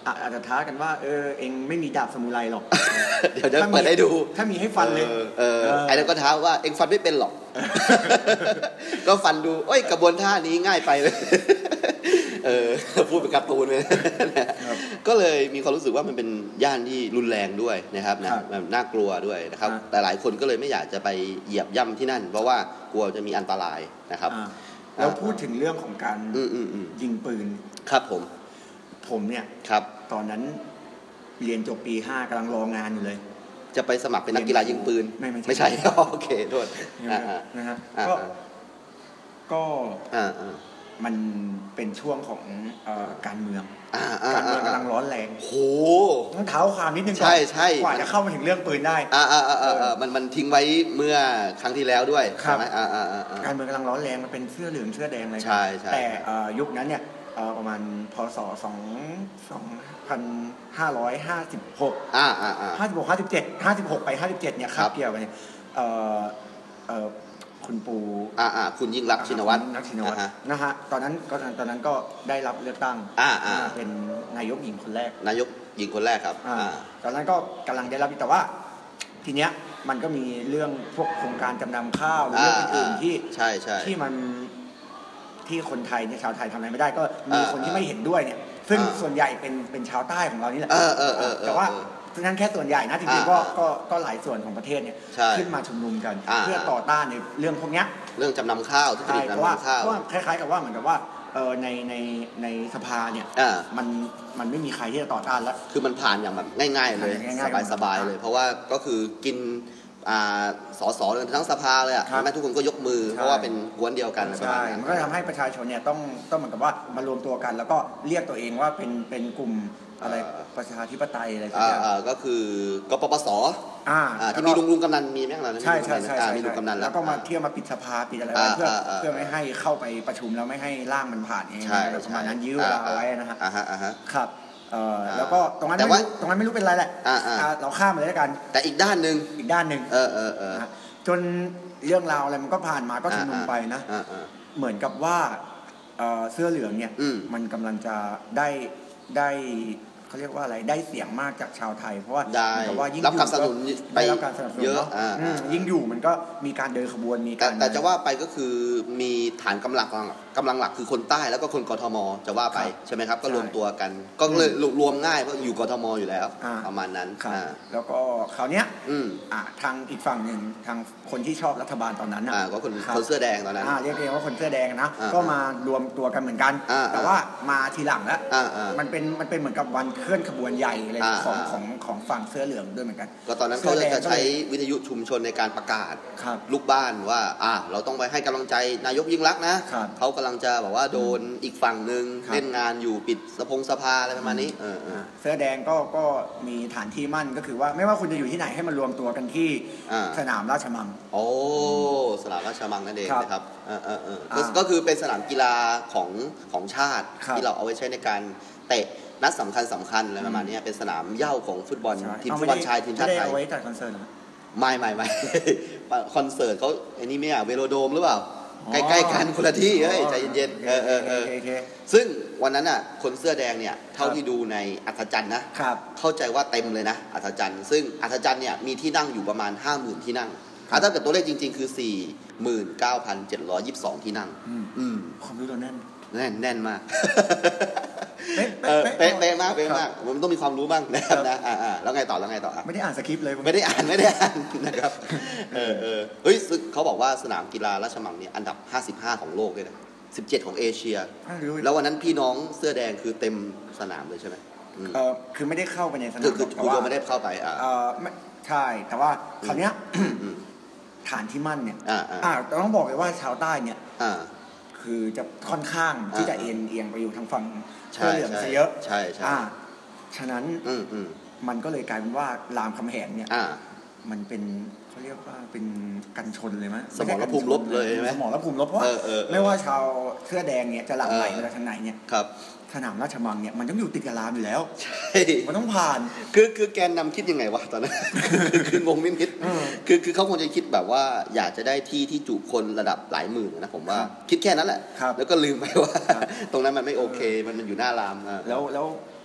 อาจจะท้ากันว่าเออเองไม่มีดาบสมุไรหรอกเดี๋ยวจะเปิดให้ดูถ้ามีให้ฟันเลยเออไอ้นั่นก็ท้าว่าเองฟันไม่เป็นหรอกก็ฟันดูโอ้ยกระบวนท่านี้ง่ายไปเลยเออพูดเป็นการ์ตูนเลยก็เลยมีความรู้สึกว่ามันเป็นย่านที่รุนแรงด้วยนะครับนะน่ากลัวด้วยนะครับแต่หลายคนก็เลยไม่อยากจะไปเหยียบย่ำที่นั่นเพราะว่ากลัวจะมีอันตรายนะครับแล้วพูดถึงเรื่องของการยิงปืนครับผมผมเนี่ยครับตอนนั้นเรียนจบปีห้ากำลังรองานอยู่เลยจะไปสมัครเป็นนักกีฬายิงปืนไม่ไม่ใช่โอเคโทษนะฮะก็ก็มันเป็นช่วงของการเมืองการเมืองกำลังร้อนแรงโหต้องเท้าความนิดนึงก่อนใช่ใช่กว่าจะเข้ามาถึงเรื่องปืนได้อ่าอ่าอ่าอ่ามันมันทิ้งไว้เมื่อครั้งที่แล้วด้วยใช่ไหมอ่าอ่าอ่าการเมืองกำลังร้อนแรงมันเป็นเสื้อเหลืองเสื้อแดงเลยใช่ใช่แต่ยุคนั้นเนี่ยประมาณพศสองสองพันห้าร้อยห้าสิบหกอ่าอ่าอ่าห้าสิบหกห้าสิบเจ็ดห้าสิบหกไปห้าสิบเจ็ดเนี่ยครับเกี่ยวกันเนี่ยเอ่อเอ่อคุณปูอ่าอ่าคุณยิ่งรักชินวัตรนักชินวัตรนะฮะตอนนั้นก็ตอนนั้นก็ได้รับเลือกตั้งอ่าอ่าเป็นนายกหญิงคนแรกนายกหญิงคนแรกครับอ่าตอนนั้นก็กำลังได้รับแต่ว่าทีเนี้ยมันก็มีเรื่องพวกโครงการจำนำข้าวหรือเรื่องอื่นๆที่ใช่ใช่ที่มันที่คนไทยเนี่ยชาวไทยทำอะไรไม่ได้ก็มีคนที่ไม่เห็นด้วยเนี่ยซึ่งส่วนใหญ่เป็นเป็นชาวใต้ของเรานี่แหละแต่ว่านั้นแค่ส่วนใหญ่นะจริงๆก็ก็ก็หลายส่วนของประเทศเนี่ยขึ้นมาชุมนุมกันเพื่อต่อต้านในเรื่องพวกนี้เรื่องจำนำข้าวที่ผลิตจำนำข้าวเพราะว่าคล้ายๆกับว่าเหมือนกับว่าเออในในในสภาเนี่ยมันมันไม่มีใครที่จะต่อต้านแล้วคือมันผ่านอย่างแบบง่ายๆเลยสบายๆเลยเพราะว่าก็คือกินสสทั้งสภาเลยอ่ะแม้ทุกคนก็ยกมือเพราะว่าเป็นกวนเดียวกันใช่มันก็ทำให้ประชาชนเนี่ยต้องต้องเหมือนกับว่ามารวมตัวกันแล้วก็เรียกตัวเองว่าเป็นเป็นกลุ่มอะไรประชาธิปไตยอะไรสักอย่างก็คือกปปสที่มีลุงลุงกำนันมีไหมล่ะใช่ใช่ใช่มีลุงกำนันแล้วก็มาเที่ยวมาปิดสภาปิดอะไรไว้เพื่อเพื่อไม่ให้เข้าไปประชุมแล้วไม่ให้ร่างมันผ่านเองประมาณนั้นยื้อเวลาไว้นะฮะครับแล้วก็ตรงนั้นไม่รู้ตรงนั้นไม่รู้เป็นไรแหละเราข้ามไปเลยแล้วกันแต่อีกด้านหนึ่งอีกด้านหนึ่งเออเออเออจนเรื่องราวอะไรมันก็ผ่านมาก็ชุมนุมไปนะเหมือนกับว่าเสื้อเหลืองเนี่ยมันกำลังจะได้ได้เขาเรียกว่าอะไรได้เสียงมากจากชาวไทยเพราะว่าว่ายิ่งรับการสนับสนุนไปรับการสนับสนุนเยอะยิ่งอยู่มันก็มีการเดินขบวนมีการแต่จะว่าไปก็คือมีฐานกำลังกำลังหลักคือคนใต้แล้วก็คนกทมจะว่าไปใช่ไหมครับก็รวมตัวกันก็เลยรวมง่ายเพราะอยู่กทมอยู่แล้วประมาณนั้นแล้วก็คราวเนี้ยทางอีกฝั่งหนึ่งทางคนที่ชอบรัฐบาลตอนนั้นนะก็คนคนเสื้อแดงตอนนั้นเรียกเองว่าคนเสื้อแดงนะก็มารวมตัวกันเหมือนกันแต่ว่ามาทีหลังแล้วมันเป็นมันเป็นเหมือนกับวันเคลื่อนขบวนใหญ่เลยของของของฝั่งเสื้อเหลืองด้วยเหมือนกันก็ตอนนั้นเขาจะใช้วิทยุชุมชนในการประกาศลูกบ้านว่าอ่าเราต้องไปให้กำลังใจนายกยิ่งรักนะเขากำลังจะบอกว่าโดนอีกฝั่งหนึ่งเล่นงานอยู่ปิดสภงสภาอะไรประมาณนี้เสื้อแดงก็ก็มีฐานที่มั่นก็คือว่าไม่ว่าคุณจะอยู่ที่ไหนให้มันรวมตัวกันที่สนามราชมังโอ้สนามราชมังนั่นเองนะครับก็คือเป็นสนามกีฬาของของชาติที่เราเอาไว้ใช้ในการเตะนัดสำคัญสำคัญอะไรประมาณนี้เป็นสนามเหย้าของฟุตบอลทีมฟุตบอลชายทีมชาติไทยไม่ได้เอาไว้จัดคอนเสิร์ตไม่ไม่ไม่คอนเสิร์ตเขาไอ้นี่ไม่อะเวโรโดมหรือเปล่าใกล้ๆกันคนละที่เฮ้ยใจเย็นๆเออเออเออซึ่งวันนั้นอ่ะคนเสื้อแดงเนี่ยเท่าที่ดูในอัศจรรย์นะเข้าใจว่าเต็มเลยนะอัศจรรย์ซึ่งอัศจรรย์เนี่ยมีที่นั่งอยู่ประมาณ ห้าหมื่น ที่นั่งถ้าเกิดตัวเลขจริงๆคือ สี่หมื่นเก้าพันเจ็ดร้อยยี่สิบสอง ที่นั่งอืมความรู้เราแน่นแน่นแน่นมากเป๊ะเป๊ะเป๊ะมากเป๊ะมากผมต้องมีความรู้บ้างนะครับนะอ่าแล้วไงต่อแล้วไงต่อไม่ได้อ่านสคริปต์เลยไม่ได้อ่านไม่ได้อ่านนะครับเออเออเฮ้ยเขาบอกว่าสนามกีฬาราชมังเนี่ยอันดับห้าสิบห้าของโลกเลยนะสิบเจ็ดของเอเชียแล้ววันนั้นพี่น้องเสื้อแดงคือเต็มสนามเลยใช่ไหมเออคือไม่ได้เข้าไปในสนามคือคือคือไม่ได้เข้าไปอ่าเออใช่แต่ว่าคราวเนี้ยฐานที่มั่นเนี่ยอ่าต้องบอกเลยว่าชาวใต้เนี่ยคือจะค่อนข้างที่จะเอียงเอียงไปอยู่ทางฝั่งเสื้อเหลืองซะเยอะใช่ใช่ฉะนั้นมันก็เลยกลายเป็นว่ารามคำแหงเนี่ยมันเป็นเขาเรียกว่าเป็นกันชนเลยมั้ยสมรภูมิลบเลยใช่ไหมสมรภูมิลบเพราะไม่ว่าชาวเสื้อแดงเนี่ยจะหลั่งไหลไปทางไหนเนี่ยครับสนามราชมังเนี่ยมันต้องอยู่ติดกับรามอยู่แล้วใช่มันต้องผ่านคือคือแกนนำคิดยังไงวะตอนนั้นคืองงนิดๆคือคือเขาคงจะคิดแบบว่าอยากจะได้ที่ที่จุคนระดับหลายหมื่นนะผมว่าคิดแค่นั้นแหละแล้วก็ลืมไปว่าตรงนั้นมันไม่โอเคมันมันอยู่หน้ารามแล้วแล้ว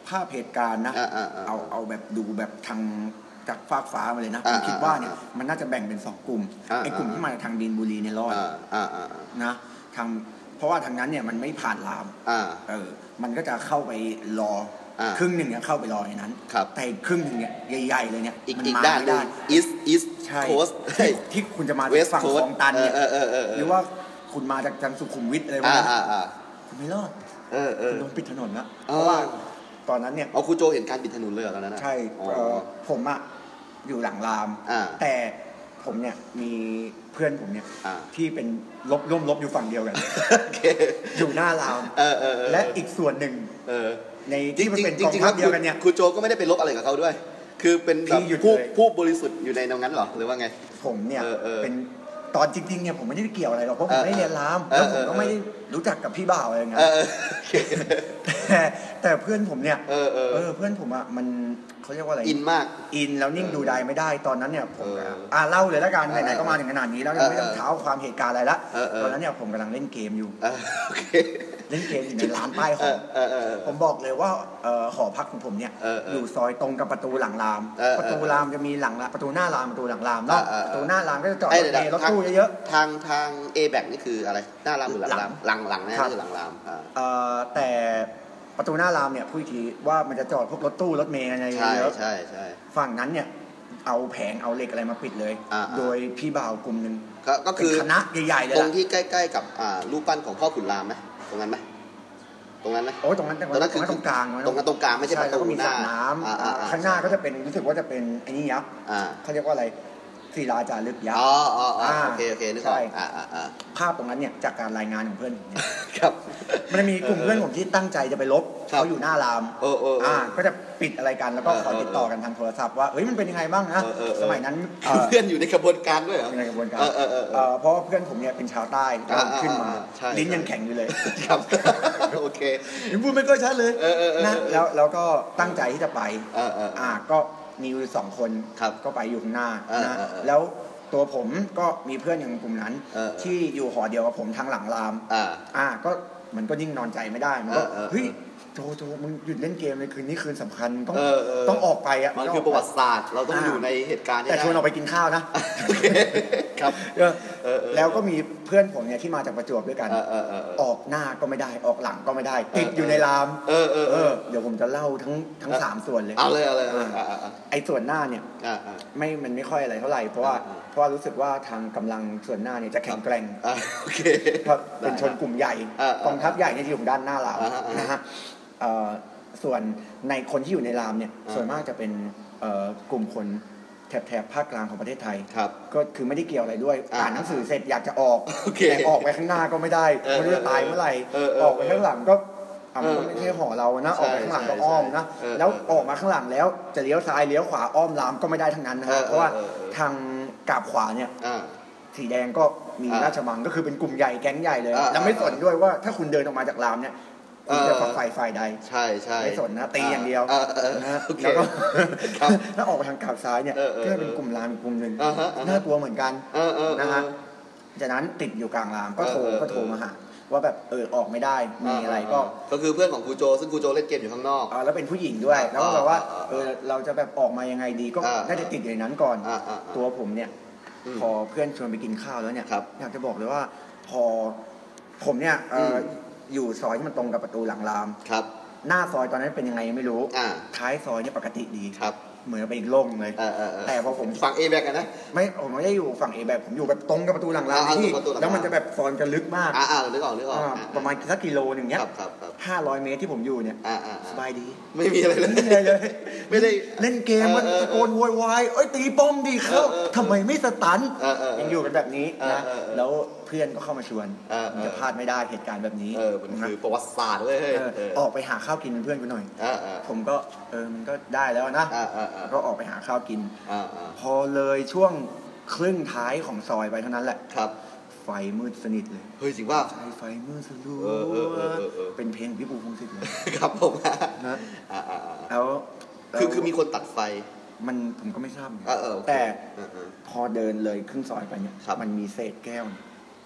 ภาพเหตุการณ์นะเอาเอาแบบดูแบบทางจากฟากฟ้ามาเลยนะผมคิดว่าเนี่ยมันน่าจะแบ่งเป็นสองกลุ่มไอ้กลุ่มที่มาทางดินบุรีเนี่ยรอดนะทางเพราะว่าทางนั้นเนี่ยมันไม่ผ่านรามเออมันก็จะเข้าไปรอครึ่งหนึ่งเนี่ยเข้าไปรอในนั้นแต่ครึ่งหนึ่งเนี่ยใหญ่ๆเลยเนี่ยมันมาไม่ได้อีสอีสโคสที่คุณจะมาจากฝั่งคลองตันเนี่ยหรือว่าคุณมาจากจันทร์สุขุมวิทอะไรวะคุณไม่รอดคุณต้องปิดถนนนะเพราะว่าตอนนั้นเนี่ยเอาครูโจเห็นการปิดถนนเลยเหรอตอนนั้นใช่ผมอะอยู่หลังรามแต่ผมเนี่ยมีเพื่อนผมเนี่ยที่เป็นลบร่วมลบอยู่ฝั่งเดียวกันอยู่หน้ารามและอีกส่วนหนึ่งในที่มันเป็นกองทัพเดียวกันเนี่ยครูโจก็ไม่ได้ไปลบอะไรกับเขาด้วยคือเป็นแบบผู้ผู้บริสุทธิ์อยู่ในตรงนั้นหรอหรือว่าไงผมเนี่ยเป็นตอนจริงๆเนี่ยผมไม่ได้เกี่ยวอะไรหรอกเพราะผมไม่เรียนรามแล้วผมก็ไม่ได้รู้จักกับพี่บ่าวอะไรเงี้ยแต่แต่เพื่อนผมเนี่ยเออเพื่อนผมอ่ะมันเขาเรียกว่าอะไรอินมากอินแล้วนิ่งดูได้ไม่ได้ตอนนั้นเนี่ยผมอ่าเล่าเลยแล้วกันไหนๆก็มาถึงขนาดนี้แล้วยังไม่ต้องเท้าความเหตุการณ์อะไรละตอนนั้นเนี่ยผมกำลังเล่นเกมอยู่เล่นเกมอยู่ในร้านป้ายหอผมบอกเลยว่าหอพักของผมเนี่ยอยู่ซอยตรงกับประตูหลังรามประตูรามจะมีหลังประตูหน้ารามประตูหลังรามเนาะประตูหน้ารามก็จะจอดรถเมล์รถตู้เยอะๆทางทาง A แบกนี่คืออะไรหน้ารามหรือหลังรามหลังหลังนี่คือหลังรามแต่ประตูหน้ารามเนี่ยพูดทีว่ามันจะจอดพวกรถตู้รถเมล์อะไรเยอะใช่ใช่ฝั่งนั้นเนี่ยเอาแผงเอาเหล็กอะไรมาปิดเลยโดยพี่บ่าวกลุ่มหนึ่งก็คือคณะใหญ่ๆเลยตรงที่ใกล้ๆกับรูปปั้นของพ่อขุนรามไหมตรงนั้นไหมตรงนั้นไหมโอ้ตรงนั้นตรงนั้นคือตรงกลางตรงนั้นตรงกลางไม่ใช่ประตูหน้าน้ำข้างหน้าก็จะเป็นรู้สึกว่าจะเป็นไอ้นี่ยักษ์เขาเรียกว่าอะไรศิลาจารึกยักษ์อ๋ออ๋อโอเคโอเคนึกออกภาพตรงนั้นเนี่ยจากการรายงานของเพื่อนผมครับมันมีกลุ่มเพื่อนผมที่ตั้งใจจะไปลบเขาอยู่หน้ารามอ่าก็จะปิดอะไรกันแล้วก็ขอติดต่อกันทางโทรศัพท์ว่าเฮ้ยมันเป็นยังไงบ้างนะสมัยนั้นเพื่อนอยู่ในกระบวนการด้วยเหรอในกระบวนการเพราะเพื่อนผมเนี่ยเป็นชาวใต้ขึ้นมาลิ้นยังแข็งอยู่เลยครับโอเคยังพูดไม่ค่อยชัดเลยนะแล้วแล้วก็ตั้งใจที่จะไปอ่าก็มีอยู่สองคนก็ไปอยู่ข้างหน้านะแล้วตัวผมก็มีเพื่อนอย่างกลุ่มนั้นที่อยู่หอเดียวกับผมทางหลังรามอ่าก็มันก็ยิ่งนอนใจไม่ได้มันก็เฮ้ยโจโจมึงหยุดเล่นเกมเลยคืนนี้คืนสำคัญต้องต้องออกไปอ่ะมันคือประวัติศาสตร์เราต้องอยู่ในเหตุการณ์แต่ชวนออกไปกินข้าวนะครับแล้วก็มีเพื่อนผมเนี่ยที่มาจากประจวบด้วยกันออกหน้าก็ไม่ได้ออกหลังก็ไม่ได้ติดอยู่ในรามเออเออเดี๋ยวผมจะเล่าทั้งทั้งสามส่วนเลยเอาเลยเอาเลยไอ้ส่วนหน้าเนี่ยไม่มันไม่ค่อยอะไรเท่าไหร่เพราะว่าเพราะว่ารู้สึกว่าทางกำลังส่วนหน้าเนี่ยจะแข็งแกร่งเพราะเป็นชนกลุ่มใหญ่กองทัพใหญ่เนี่ยอยู่ด้านหน้ารามนะฮะส่วนในคนที่อยู่ในรามเนี่ยส่วนมากจะเป็นกลุ่มคนแถบๆภาคกลางของประเทศไทยก็คือไม่ได้เกี่ยวอะไรด้วยอ่านหนังสือเสร็จอยากจะออกแต่ออกไปข้างหน้าก็ไม่ได้ไม่รู้จะตายเมื่อไหร่ออกไปข้างหลังก็ไม่ใช่หอเรานะออกไปข้างหลังก็อ้อมนะแล้วออกมาข้างหลังแล้วจะเลี้ยวซ้ายเลี้ยวขวาอ้อมรามก็ไม่ได้ทั้งนั้นนะเพราะว่าทางกาบขวาเนี่ยสีแดงก็มีราชมังก็คือเป็นกลุ่มใหญ่แก๊งใหญ่เลยแล้วไม่สนด้วยว่าถ้าคุณเดินออกมาจากรามเนี่ยคุณจะฝักไฟไฟใดใช่ใช่ไม่สนนะตีอย่างเดียวนะแล้วก็ถ้าออกไปทางกาบซ้ายเนี่ยก็เป็นกลุ่มรามอีกกลุ่มหนึ่งน่ากลัวเหมือนกันนะฮะจากนั้นติดอยู่กลางรามก็โทรก็โทรมาหาว่าแบบเออออกไม่ได้มีอะไรก็ก็คือเพื่อนของครูโจซึ่งครูโจเล่นเกมอยู่ข้างนอกแล้วเป็นผู้หญิงด้วยแล้วก็แบบว่าเออเราจะแบบออกมายังไงดีก็น่าจะติดอยู่ในนั้นก่อนตัวผมเนี่ยพอเพื่อนชวนไปกินข้าวแล้วเนี่ยอยากจะบอกเลยว่าพอผมเนี่ยอยู่ซอยที่มันตรงกับประตูหลังรามครับหน้าซอยตอนนั้นเป็นยังไงไม่รู้ท้ายซอยเนี่ยปกติดีครับเหมือนไปอีกโลกเลยแต่พอผมฝั่ง A แบกกันนะไม่ผมไม่ได้อยู่ฝั่ง A แบกผมอยู่แบบตรงกับประตูหลังรามที่แล้วมันจะแบบซอยจะลึกมากอ่าๆนึกออกนึกออกประมาณสักกิโลนึงเนี้ยห้าร้อยเมตรที่ผมอยู่เนี่ยสบายดีไม่มีอะไรเลยไม่มีอะไรเลยไม่ได้เล่นเกมมันตะโกนโวยวายเอ้ยตีป้อมดีเข้าทำไมไม่สตันยังอยู่กันแบบนี้นะแล้วเพื่อนก็เข้ามาชวนจะพลาดไม่ได้เหตุการณ์แบบนี้เออมันคือประวัติศาสตร์เลยออกไปหาข้าวกินเป็นเพื่อนกูหน่อยผมก็เออมันก็ได้แล้วนะก็ออกไปหาข้าวกินพอเลยช่วงครึ่งท้ายของซอยไปเท่านั้นแหละครับไฟมืดสนิทเลยเฮ้ยจริงว่าใช่ไฟมืดสลัวเป็นเพลงพี่ปูพงษ์สิทธิ์เลยครับผมนะแล้วคือคือมีคนตัดไฟมันผมก็ไม่ทราบแต่พอเดินเลยครึ่งซอยไปเนี่ยมันมีเศษแก้ว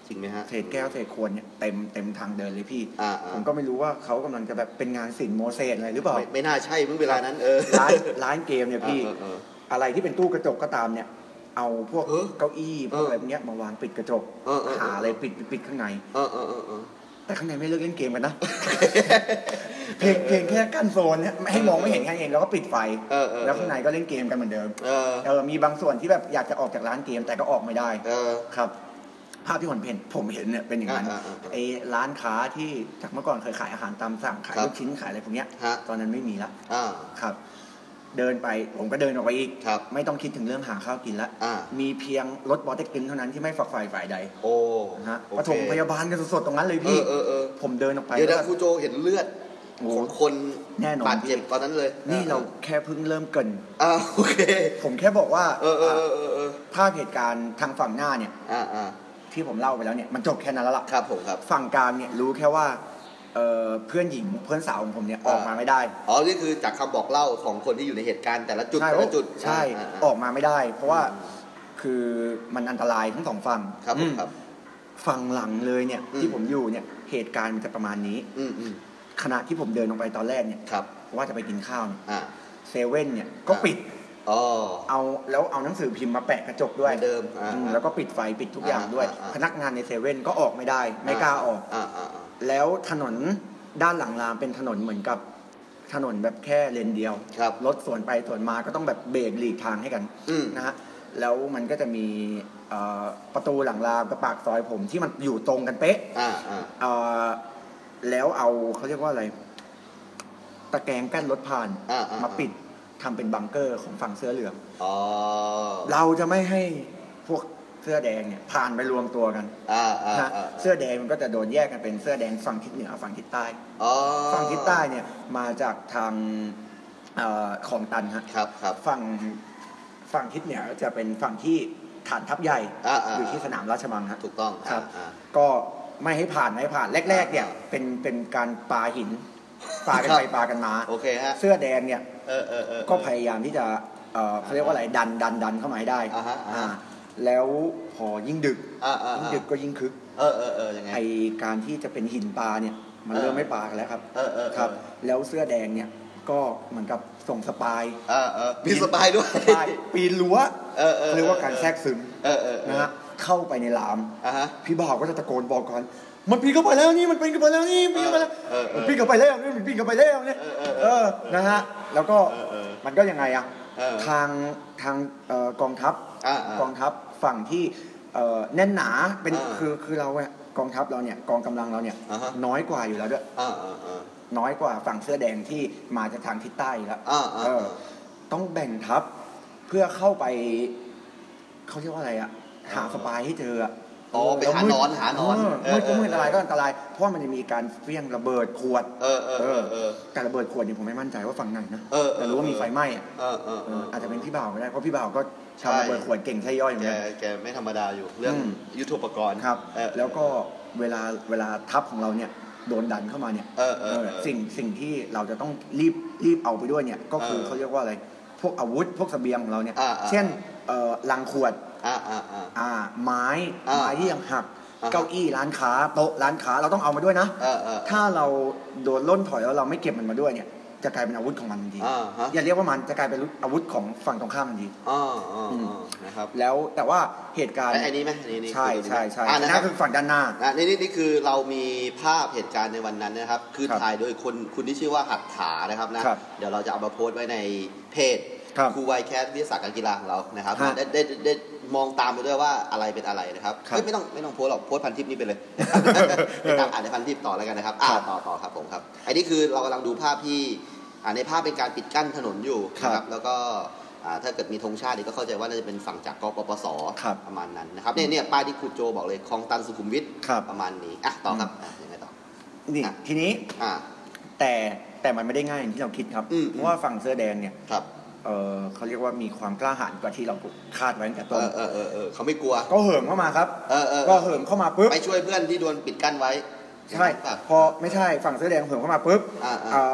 จริงไหมฮะเศษแก้วเศษขวดเนี่ยเต็มเต็มทางเดินเลยพี่ผมก็ไม่รู้ว่าเขากำลังจะแบบเป็นงานศิลป์โมเสสอะไรหรือเปล่าไม่น่าใช่เมื่อเวลานั้นเออร้านร้านเกมเนี่ยพี่อะไรที่เป็นตู้กระจกก็ตามเนี่ยเอาพวกเก้าอี้พวกอะไรพวกเนี้ยมาวางปิดกระจกหาอะไรปิดปิดข้างในแต่ข้างในไม่เลิกเล่นเกมกันนะเพียงเพียงแค่กั้นโซนเนี่ยให้มองไม่เห็นแค่เองแล้วก็ปิดไฟแล้วข้างในก็เล่นเกมกันเหมือนเดิมเออมีบางส่วนที่แบบอยากจะออกจากร้านเกมแต่ก็ออกไม่ได้ครับภาพที่ผมเห็นผมเห็นเนี่ยเป็นอย่างนั้นไอ้ร้านค้าที่จากเมื่อก่อนเคยขายอาหารตามสั่งขายลูกชิ้นขายอะไรพวกเนี้ยตอนนั้นไม่มีละครับเดินไปผมก็เดินออกไปอีกไม่ต้องคิดถึงเรื่องหาข้าวกินแล้วมีเพียงรถบอเต็กตึงเท่านั้นที่ไม่ฝักใฝ่ฝ่ายใดโอ้ฮะปฐมพยาบาลกันสดๆตรงนั้นเลยพี่ผมเดินออกไปเดี๋ยวนะครูโจเห็นเลือดของคนแน่นอนบาดเจ็บตอนนั้นเลยนี่เราแค่เพิ่งเริ่มเกินอ่าโอเคผมแค่บอกว่าถ้าเหตุการณ์ทางฝั่งหน้าเนี่ยที่ผมเล่าไปแล้วเนี่ยมันจบแค่นั้นแล้วล่ะครับผมครับฝั่งกลางเนี่ยรู้แค่ว่าเพื่อนหญิงเพื่อนสาวของผมเนี่ยออกมาไม่ได้อ๋อนี่คือจากคำบอกเล่าของคนที่อยู่ในเหตุการณ์แต่ละจุดแต่ละจุดใช่ออกมาไม่ได้เพราะว่าคือมันอันตรายทั้งสองฝั่งครับผมครับฝั่งหลังเลยเนี่ยที่ผมอยู่เนี่ยเหตุการณ์มันจะประมาณนี้ขณะที่ผมเดินลงไปตอนแรกเนี่ยว่าจะไปกินข้าวเซเว่นเนี่ยก็ปิดเอาแล้วเอาหนังสือพิมพ์มาแปะกระจกด้วยเดิมแล้วก็ปิดไฟปิดทุกอย่างด้วยพนักงานในเซเว่นก็ออกไม่ได้ไม่กล้าออกแล้วถนนด้านหลังรามเป็นถนนเหมือนกับถนนแบบแค่เลนเดียวรถสวนไปสวนมาก็ต้องแบบเบรกหลีกทางให้กันนะฮะแล้วมันก็จะมีประตูหลังรามกับปากซอยผมที่มันอยู่ตรงกันเป๊ะแล้วเอาเขาเรียกว่าอะไรตะแกรงกั้นรถผ่านมาปิดทำเป็นบังเกอร์ของฝั่งเสื้อเหลืองเราจะไม่ให้พวกเสื้อแดงเนี่ยผ่านไปรวมตัวกันนะเสื้อแดงมันก็จะโดนแยกกันเป็นเสื้อแดงฝั่งทิศเหนือฝั่งทิศใต้ฝั่งทิศใต้เนี่ยมาจากทางของตันฮะฝั่งฝั่งทิศเหนือจะเป็นฝั่งที่ฐานทัพใหญ่อยู่ที่สนามราชมังฮะถูกต้องครับก็ไม่ให้ผ่านไม่ให้ผ่านแรกๆเนี่ยเป็นเป็นการปาหินปากันไปปากันมาโอเคฮะเสื้อแดงเนี่ยก็พยายามที่จะเขาเรียกว่าอะไรดันดันดันเข้ามาให้ได้แล้วพอยิ่งดึกยิ่งดึกก็ยิ่งคึกไอการที่จะเป็นหินปลาเนี่ยมันเริ่มไม่ปลากันแล้วครับครับแล้วเสื้อแดงเนี่ยก็เหมือนกับส่งสปายมีสปายด้วยสปายปีนรั้วเรียกว่าการแทรกซึมนะฮะเข้าไปในลามพี่บ่าวก็จะตะโกนบอกก่อนมันปีนเข้าไปแล้วนี่มันปีนเข้าไปแล้วนี่ปีนเข้าไปแล้วมันปีนเข้าไปแล้วนี่มันปีนเข้าไปแล้วเนี่ยเออนะฮะแล้วก็มันก็ยังไงอะทางทางกองทัพกองทัพฝั่งที่แน่นหนาเป็นคือคือเราเนี่ยกองทัพเราเนี่ยกองกำลังเราเนี่ยน้อยกว่าอยู่แล้วด้วยน้อยกว่าฝั่งเสื้อแดงที่มาจากทางทิศใต้แล้วต้องแบ่งทัพเพื่อเข้าไปเขาเรียกว่าอะไรอะหาสปายให้เจออ๋อไปหานอนหานอนมืดก็มืดอันตรายก็อันตรายเพราะมันจะมีการเฟี้ยงระเบิดขวดเออเออเออการระเบิดขวดเนี่ยผมไม่มั่นใจว่าฝั่งไหนนะแต่รู้ว่ามีไฟไหม้อ่ะอาจจะเป็นพี่บ่าวก็ได้เพราะพี่บ่าวก็ทำระเบิดขวดเก่งใช่ย่อยเหมือนกันแกไม่ธรรมดาอยู่เรื่องยุทโธปกรณ์ครับแล้วก็เวลาเวลาทัพของเราเนี่ยโดนดันเข้ามาเนี่ยสิ่งสิ่งที่เราจะต้องรีบรีบเอาไปด้วยเนี่ยก็คือเขาเรียกว่าอะไรพวกอาวุธพวกเสบียงของเราเนี่ยเช่นลังขวดอ่าอ่าอ่าไม้ไม้ที่ยังหักเก้าอี้ร้านค้าโต๊ะร้านค้าเราต้องเอามาด้วยนะถ้าเราโดนล้นถอยแล้วเราไม่เก็บมันมาด้วยเนี่ยจะกลายเป็นอาวุธของมันทันทีอย่าเรียกว่ามันจะกลายเป็นอาวุธของฝั่งตรงข้ามทันทีนะครับแล้วแต่ว่าเหตุการณ์อันนี้ไหมอันนี้ใช่ใช่ใช่นั่นคือฝั่งด้านหน้านี่นี่นี่คือเรามีภาพเหตุการณ์ในวันนั้นนะครับคือถ่ายโดยคนคุณที่ชื่อว่าหัตถานะครับนะเดี๋ยวเราจะเอามาโพสต์ไว้ในเพจครูไวแคสวิทยาศาสตร์การกีฬาของเรานะครับได้ได้ได้มองตามไปด้วยว่าอะไรเป็นอะไรนะครับไม่ต้องไม่ต้องโพสหรอกโพสพันทิปนี้ไปเลยไปตามอ่านในพันทิปต่อแล้วกันนะครับอ่าต่อต่อครับผมครับอันนี้คือเรากำลังดูภาพที่ในภาพเป็นการปิดกั้นถนนอยู่นะครับแล้วก็ถ้าเกิดมีธงชาติก็เข้าใจว่าน่าจะเป็นฝั่งจากกปปสประมาณนั้นนะครับเนี่ยเนี่ยป้ายที่ครูโจบอกเลยคลองตันสุขุมวิทประมาณนี้อ่ะต่อครับยังไงต่อนี่ทีนี้แต่แต่มันไม่ได้ง่ายอย่างที่เราคิดครับเพราะว่าฝั่งเสื้อแดงเนี่ยเออเขาเรียกว่ามีความกล้าหาญกว่าที่เราคาดไว้ตั้งแต่ต้นเออเออเออเขาไม่กลัวก็เหิมเข้ามาครับเออเออก็เหิมเข้ามาปุ๊บไปช่วยเพื่อนที่โดนปิดกั้นไว้ใช่พอไม่ใช่ฝั่งเสื้อแดงเหิมเข้ามาปุ๊บ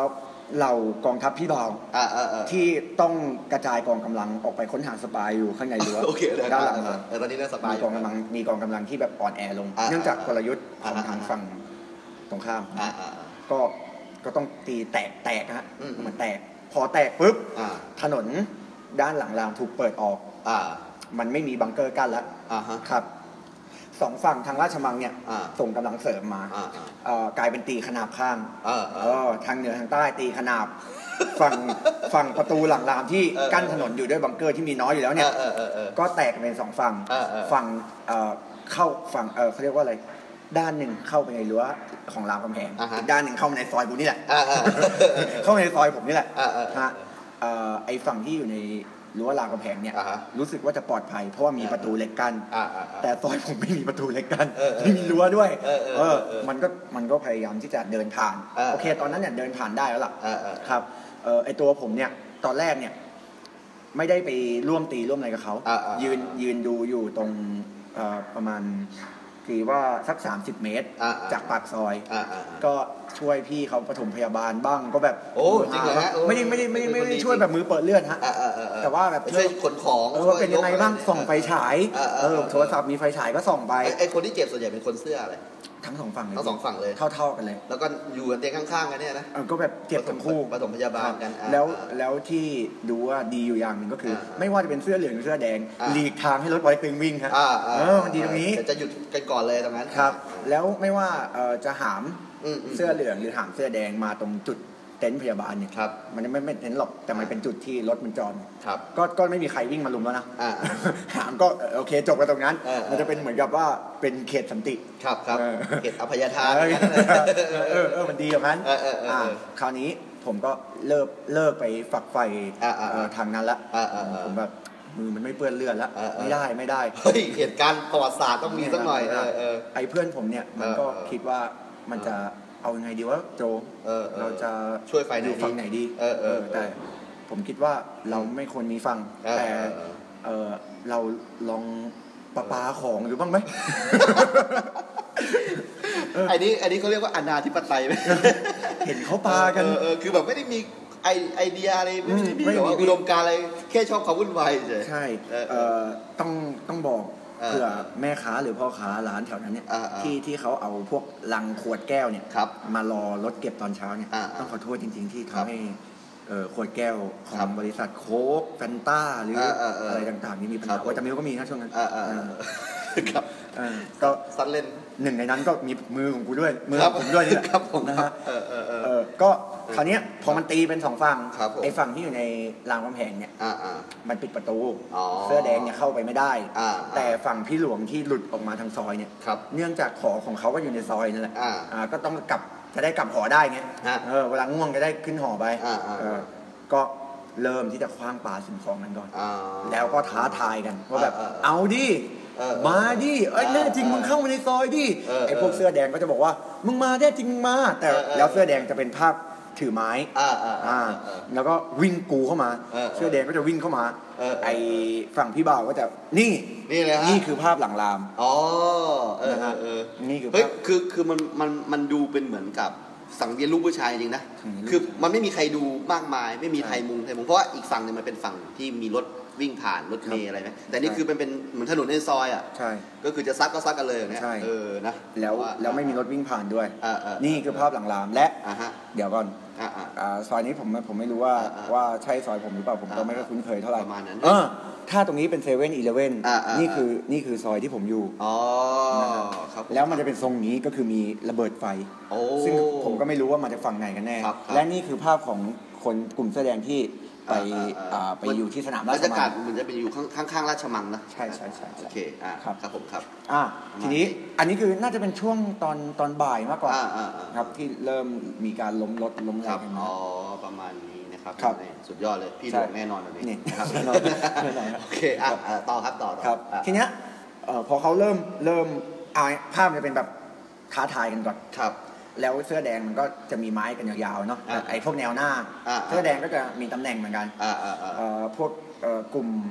เหล่ากองทัพพี่บ่าวที่ต้องกระจายกองกำลังออกไปค้นหาสปายอยู่ข้างในรั้วด้านหลังตอนนี้เรื่องสปายมีกองกำลังมีกองกำลังที่แบบอ่อนแอลงเนื่องจากกลยุทธ์ของทางฝั่งตรงข้ามก็ก็ต้องตีแตกแตกฮะมันแตกพอแตกปุ๊บถนนด้านหลังรามถูกเปิดออกมันไม่มีบังเกอร์กั้นแล้วครับสองฝั่งทางราชมังเนี่ยส่งกำลังเสริมมากลายเป็นตีขนาบข้างทางเหนือทางใต้ตีขนาบฝั่งฝั่งประตูหลังรามที่กั้นถนนอยู่ด้วยบังเกอร์ที่มีน้อยอยู่แล้วเนี่ยก็แตกเป็นสองฝั่งฝั่งเข้าฝั่งเขาเรียกว่าอะไรด้านหนึ่งเข้าไปในรั้วของรามคำแหงอีกด้านหนึ่งเข้ามาในซอยกูนี่แหละเข้ามาในซอยผมนี่แหละฮะไอ้ฝั่งที่อยู่ในรั้วรามคำแหงเนี่ยรู้สึกว่าจะปลอดภัยเพราะว่ามีประตูเหล็กกั้นแต่ซอยผมไม่มีประตูเหล็กกั้นไม่มีรั้วด้วยเออมันก็มันก็พยายามที่จะเดินผ่านโอเคตอนนั้นเนี่ยเดินผ่านได้แล้วล่ะครับเออไอตัวผมเนี่ยตอนแรกเนี่ยไม่ได้ไปร่วมตีร่วมอะไรกับเขายืนยืนดูอยู่ตรงประมาณคือว่าสักสามสิบเมตรจากปากซอยก็ช่วยพี่เขาปฐมพยาบาลบ้างก็แบบโอ้จริงเหรอฮะไม่ได้ไม่ได้ไม่ได้ไม่ได้ช่วยแบบมือเปิดเลือดฮะแต่ว่าแบบช่วยขนของเออเป็นยังไงบ้างส่องไฟฉายเออโทรศัพท์มีไฟฉายก็ส่องไปไอ้คนที่เจ็บส่วนใหญ่เป็นคนเสื้ออะไรทั้งสองฝั่งเลยทั้งสองฝั่งเลยเท่าๆกันเลยแล้วก็อยู่กันเตียงข้างๆกันเนี่ยนะก็แบบเจ็บทั้งคู่ปฐมพยาบาลกันแล้วแล้วที่ดูว่าดีอยู่อย่างหนึ่งก็คือไม่ว่าจะเป็นเสื้อเหลืองหรือเสื้อแดงหลีกทางให้รถไวตึงวิ่งครับเออมันดีตรงนี้จะหยุดกันก่อนเลยตรงนั้นครับแล้วไม่ว่าจะหามเสื้อเหลืองหรือหามเสื้อแดงมาตรงจุดเต็นท์พยาบาลเนี่ยมันไม่ไม่เต็นท์หรอกแต่มันเป็นจุดที่รถมันจอดก็ก็ไม่มีใครวิ่งมาลุมแล้วนะหามก็โอเคจบกันตรงนั้นมันจะเป็นเหมือนกับว่าเป็นเขตสันติครับครับเขตอภัยทานเออเออมันดีอย่างนั้นคราวนี้ผมก็เลิกเลิกไปฝักไฟทางนั้นละผมแบบมือมันไม่เปื้อนเลือดแล้วไม่ได้ไม่ได้เฮ้ยเหตุการณ์ประวัติศาสตร์ต้องมีสักหน่อยไอ้เพื่อนผมเนี่ยมันก็คิดว่ามันจะเอาไงดีว่าโจเราจะช่วยไฟอยู่ฝั่งไหนดีแต่ผมคิดว่าเราไม่ควรมีฝั่งแต่เราลองปะปาของหรือบ้างไหมไอ้นี้ไอ้นี้เขาเรียกว่าอนาธิปไตยไหมเห็นเขาปากันคือแบบไม่ได้มีไอไอเดียอะไรไม่ได้มีแบบว่าอุดมการอะไรแค่ชอบความวุ่นวายเฉยใช่ต้องต้องบอกเผื่อแม่ค้าหรือพ่อค้าร้านแถวนั้นเนี่ยที่ที่เขาเอาพวกลังขวดแก้วเนี่ยมารอรถเก็บตอนเช้าเนี่ยต้องขอโทษจริงๆที่ทำให้ขวดแก้วของบริษัทโค้กแฟนต้าหรืออะไรต่างๆนี่มีปัญหาว่าจะมีก็มีนะช่วงนั้นครับก็ซัดเล่นหนึ่งในนั้นก็มีมือของกูด้วยมือผมด้วยนี่แหละนะฮะก็คราวนี้พอมันตีเป็นสองฝั่งไอ้ฝั่งที่อยู่ในรามคำแหงเนี่ยมันปิดประตูเสื้อแดงเนี่ยเข้าไปไม่ได้แต่ฝั่งพี่หลวงที่หลุดออกมาทางซอยเนี่ยเนื่องจากหอของเขาก็อยู่ในซอยนั่นแหละก็ต้องกลับจะได้กลับหอได้ไงเวลาง่วงจะได้ขึ้นหอไปก็เริ่มที่จะคว้างปาสิ่งของนั้นก่อนแล้วก็ท้าทายกันว่าแบบเอาดิมาดิเอ้ยแน่จริงมึงเข้ามาในซอยดิไอ้พวกเสื้อแดงก็จะบอกว่ามึงมาแน่จริงมึงมาแต่แล้วเสื้อแดงจะเป็นภาพถือไม้อ่าแล้วก็วิ่งกูเข้ามาเสื้อแดงก็จะวิ่งเข้ามาไอ้ฝั่งพี่บ่าวก็จะนี่นี่เลยฮะนี่คือภาพหลังรามอ๋อนะฮะนี่คือเฮ้ยคือคือมันมันมันดูเป็นเหมือนกับสังเวียนลูกผู้ชายจริงนะคือมันไม่มีใครดูมากมายไม่มีไทยมุงไทยมุงเพราะว่าอีกฝั่งนึงมันเป็นฝั่งที่มีรถวิ่งผ่านรถเมล์อะไรไหมแต่นี่คือเป็นเป็นเหมือนถนนในซอยอ่ะใช่ก็คือจะซัดก็ซัดกันเลยอย่างเงี้ยเออนะแล้วแล้วไม่มีรถวิ่งผ่านด้วยนี่คือภาพหลังรามและเดี๋ยวก่อนซอยนี้ผมผมไม่รู้ว่าว่าใช่ซอยผมหรือเปล่าผมก็ไม่ค่อยคุ้นเคยเท่าไหร่ประมาณนั้นถ้าตรงนี้เป็นเซเว่นอีเลฟเว่นนี่คือนี่คือซอยที่ผมอยู่อ๋อครับแล้วมันจะเป็นทรงนี้ก็คือมีระเบิดไฟซึ่งผมก็ไม่รู้ว่ามาจากฝั่งไหนกันแน่และนี่คือภาพของคนกลุ่มแสดงที่ไปไปอยู่ที่สนามราชมังบรรยากาศมันจะเป็นอยู่ข้างๆราชมังนะใช่ใช่ใช่โอเคอ่าครับผมครับอ่าทีนี้อันนี้คือน่าจะเป็นช่วงตอนตอนบ่ายมากกว่าครับที่เริ่มมีการล้มรถล้มอะไรกันอ๋อประมาณนี้นะครับสุดยอดเลยพี่หลวงแน่นอนแบบนี้นะครับโอเคอ่ะต่อครับต่อครับทีเนี้ยพอเขาเริ่มเริ่มอ่าภาพจะเป็นแบบท้าทายกันก่อนครับแล้วเสื้อแดงมันก็จะมีไม้กันยาวๆเนาะไอ้พวกแนวหน้าเสื้อแดงก็จะมีตำแหน่งเหมือนกันพวกกลุ่ม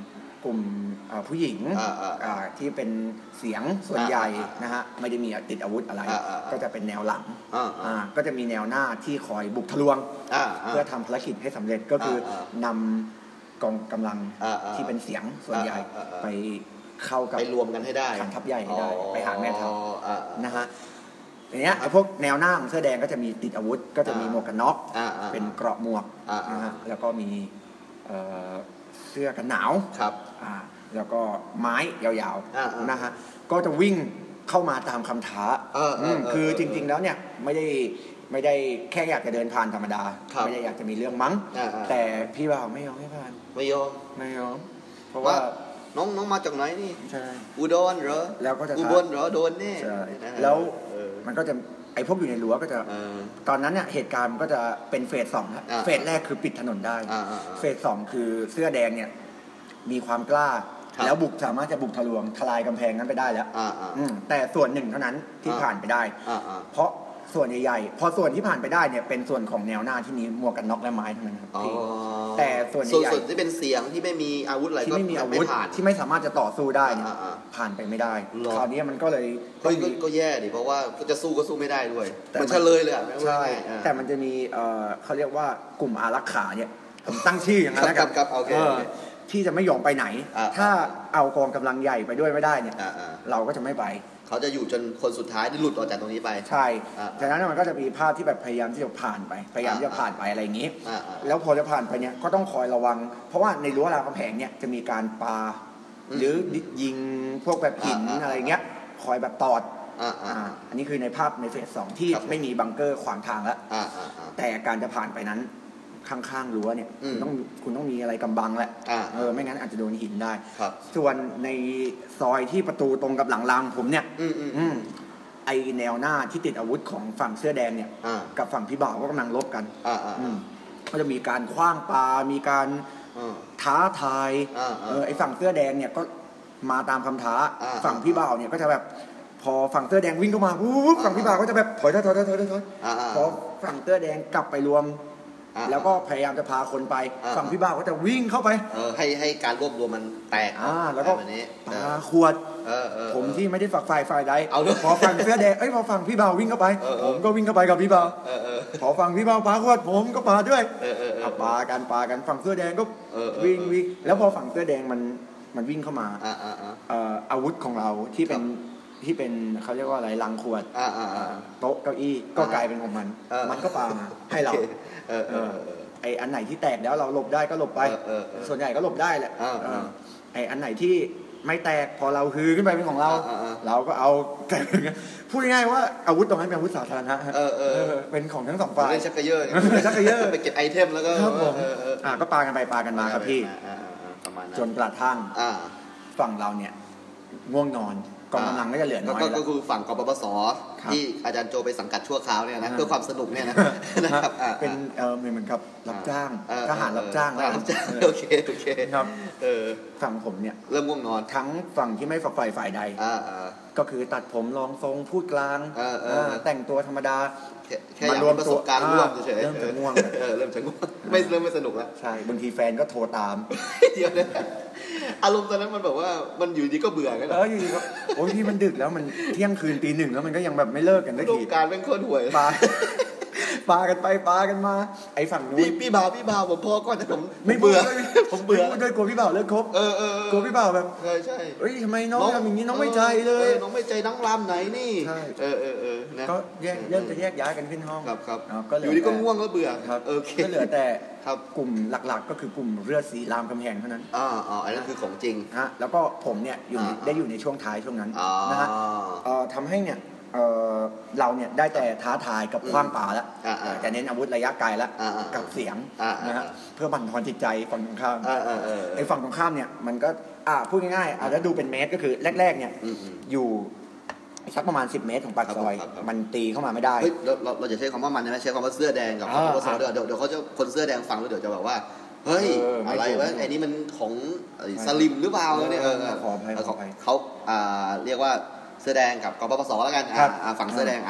กลุ่มผู้หญิงที่เป็นเสียงส่วนใหญ่นะฮะไม่ได้มีติดอาวุธอะไรก็จะเป็นแนวหลังก็จะมีแนวหน้าที่คอยบุกทะลวงเพื่อทำภารกิจให้สำเร็จก็คือนำกองกำลังที่เป็นเสียงส่วนใหญ่ไปเข้ากับไปรวมกันให้ได้ฐานทัพใหญ่ให้ได้ไปหาแม่ทัพนะฮะอย่างเงี้ยไอ้พวกแนวหน้าของเสื้อแดงก็จะมีติดอาวุธก็จะมีหมวกกันน็อกเป็นเกราะหมวกนะฮะแล้วก็มีเสื้อกันหนาวครับแล้วก็ไม้ยาวๆนะฮะก็จะวิ่งเข้ามาตามคำท้าคือจริงๆแล้วเนี่ยไม่ได้ไม่ได้แค่อยากจะเดินผ่านธรรมดาไม่ได้อยากจะมีเรื่องมั้งแต่พี่บ่าวไม่ยอมให้ผ่านไม่ยอมไม่ยอมเพราะว่าน้องน้องมาจากไหนนี่ใช่อุดรเหรอแล้วก็จะอุบลเหรอโดนนี่ใช่แล้วมันก็จะไอ้พวกอยู่ในรั้วก็จะตอนนั้นเนี่ยเหตุการณ์มันก็จะเป็นเฟสสองครับเฟสแรกคือปิดถนนได้เฟสสองคือเสื้อแดงเนี่ยมีความกล้าแล้วบุกสามารถจะบุกทะลวงทลายกำแพงนั้นไปได้แล้วแต่ส่วนหนึ่งเท่านั้นที่ผ่านไปได้เพราะส่วนใหญ่ๆพอส่วนที่ผ่านไปได้เนี่ยเป็นส่วนของแนวหน้าที่มีหมวกกันน็อกและไม้เท่านั้นครับแต่ส่วนใหญ่ส่วนที่เป็นเสียงที่ไม่มีอาวุธอะไรที่ไม่มีอาวุธที่ไม่สามารถจะต่อสู้ได้เนี่ยผ่านไปไม่ได้คราวนี้มันก็เลยก็แย่ดิเพราะว่าจะสู้ก็สู้ไม่ได้ด้วยมันเฉลยเลยอ่ะใช่แต่มันจะมีเขาเรียกว่ากลุ่มอารักขาเนี่ยผมตั้งชื่ออย่างนั้นแล้วกันที่จะไม่ยอมไปไหนถ้าเอากองกำลังใหญ่ไปด้วยไม่ได้เนี่ยเราก็จะไม่ไปเขาจะอยู่จนคนสุดท้ายได้หลุดออกจากตรงนี้ไปใช่ฉะนั้นมันก็จะมีภาพที่แบบพยายามที่จะผ่านไปพยายามที่จะผ่านไปอะไรอย่างนี้แล้วพอจะผ่านไปเนี่ยก็ต้องคอยระวังเพราะว่าในรั้วรามคำแหงเนี่ยจะมีการปาหรือยิงพวกแบบหินอะไรเงี้ยคอยแบบตอดอันนี้คือในภาพในเฟสสองที่ไม่มีบังเกอร์ขวางทางแล้วแต่การจะผ่านไปนั้นข้างๆรั้วเนี่ยคุณต้องคุณต้องมีอะไรกำบังแหละเออไม่งั้นอาจจะโดนหินได้ส่วนในซอยที่ประตูตรงกับหลังรางผมเนี่ยไอแนวหน้าที่ติดอาวุธของฝั่งเสื้อแดงเนี่ยกับฝั่งพี่บ่าวก็กำลังลบกันก็จะมีการคว้างปามีการท้าทายเออไอฝั่งเสื้อแดงเนี่ยก็มาตามคำท้าฝั่งพี่บ่าวเนี่ยก็จะแบบพอฝั่งเสื้อแดงวิ่งเข้ามาปุ๊บฝั่งพี่บ่าวก็จะแบบถอยถอยถอยถอยถอยพอฝั่งเสื้อแดงกลับไปรวมแล้วก็พยายามจะพาคนไปฝั่งพี่บ่าวก็จะวิ่งเข้าไปเออให้ให้การรวบรวมมันแตกอ่าแล้วก็ปาขวดผมที่ไม่ได้ฝักฝ่ายฝ่ายใดพอฝั่งเสื้อแดงเอ้ยพอฝั่งพี่บ่าววิ่งเข้าไปผมก็วิ่งเข้าไปกับพี่บ่าวพอฝั่งพี่บ่าวปาขวดผมก็ปาด้วยปากันปากันฝั่งเสื้อแดงก็วิ่งวิ่งแล้วพอฝั่งเสื้อแดงมันมันวิ่งเข้ามาอาวุธของเราที่เป็นที่เป็นเขาเรียกว่าอะไรลังขวดโต๊ะเก้าอี้ก็กลายเป็นของมันมันก็ปามาให้เราไออันไหนที่แตกแล้วเราหลบได้ก็หลบไปส่วนใหญ่ก็หลบได้แหละไออันไหนที่ไม่แตกพอเราฮือขึ้นไปเป็นของเราเราก็เอาแต่พูดง่ายๆว่าอาวุธตรงนั้นเป็นอาวุธสาธารณะเป็นของทั้งสองฝ่ายชักกระเยอะชักกระเยอะไปเก็บไอเทมแล้วก็ก็ปากันไปปากันมาครับพี่จนกระทั่งฝั่งเราเนี่ยง่วงนอนกองกำลังก็จะเหลือน้อยแล้วก็คือฝั่งกปปสที่อาจารย์โจไปสังกัดชั่วคราวเนี่ยนะเพื่อความสนุกเนี่ยนะนะครับเป็นเออเหมือนกับรับจ้างทหารรับจ้างรับจ้างโอเคโอเคครับเออฝั่งผมเนี่ยเริ่มง่วงนอนทั้งฝั่งที่ไม่ฝักใฝ่ฝ่ายใดก็คือตัดผมรองทรงพูดกลางแต่งตัวธรรมดาแค่รวมประสบการณ์ร่วมเฉยๆเริ่มจะง่วงเริ่มจะง่วงไม่เริ่มไม่สนุกแล้วใช่บางทีแฟนก็โทรตามเดี๋ยวนะอารมณ์ตอนนั้นมันแบบว่ามันอยู่ดีก็เบื่อกันเอออยู่ดีก็โอ้ยที่มันดึกแล้วมันเที่ยงคืนตีหนึ่งแล้วมันก็ยังแบบไม่เลิกกันสักทีการเป็นคนห่วยปาปากันไปปากันมาไอ้ฝั่งนู้นพี่บ่าวพี่บ่าวผมพอก่อนแต่ผมไม่เบื่อผมเบื่อด้วยกลัวพี่บ่าวเลิกคบเออเออกลัวพี่บ่าวแบบใช่ใช่เฮ้ยทำไมน้องทำอย่างนี้น้องไม่ใจเลยน้องไม่ใจน้องรามไหนนี่เออเออเออนะก็แยกเริ่มจะแยกย้ายกันขึ้นห้องครับครับอยู่ดีก็ง่วงก็เบื่อครับโอเคก็เหลือแต่กลุ่มหลักๆก็คือกลุ่มเรือสีรามคำแหงเท่านั้นอ๋ออ๋ออันนั้นคือของจริงฮะแล้วก็ผมเนี่ยอยู่ได้อยู่ในช่วงท้ายช่วงนั้นนะฮะทำให้เนี่ยเราเนี่ยได้แต่ท้าทายกับขว้างป่าแล้วจะเน้นอาวุธระยะไกลแล้วกับเสียงนะฮะเพื่อบั่นทอนจิตใจฝั่งตรงข้ามไอ้ฝั่งตรงข้ามเนี่ยมันก็พูดง่ายๆอาจจะดูเป็นเมตรก็คือแรกๆเนี่ยอยู่สักประมาณสิบเมตรของปากซอยมันตีเข้ามาไม่ได้เฮ้ยเราเราจะใช้คำว่ามันนะใช้คำว่าเสื้อแดงกับคำว่าเสื้อเดี๋ยวเดี๋ยวเขาจะคนเสื้อแดงฟังแล้วเดี๋ยวจะแบบว่าเฮ้ยอะไรวะไอ้นี่มันของสลิมหรือเปล่าเนี่ยเออขออภัยเขาเรียกว่าเสื้อแดงกับกปปสแล้วกันฝั่งเสื้อแดงอ่ะ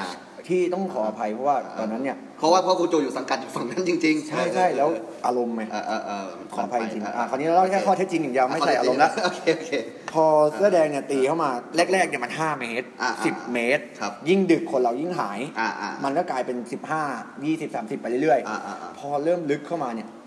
ที่ต้องขออภัยเพราะว่าตอนนั้นเนี่ยเพราะว่าเพราะครูโจอยู่สังกัดอยู่ฝั่งนั้นจริงๆใช่ใช่แล้วอารมณ์ไงขออภัยจริงอ่าคราวนี้เราเล่าแค่ข้อเท็จจริงอย่างเดียวไม่ใช่อารมณ์ละโอเคโอเคพอเสื้อแดงเนี่ยตีเข้ามาแรกๆเนี่ยมันห้าเมตรสิบเมตรยิ่งดึกคนเรายิ่งหายมันก็กลายเป็นสิบห้า ยี่สิบ สามสิบไปเรื่อยๆพอเริ่มลึกเข้ามาเนี่ย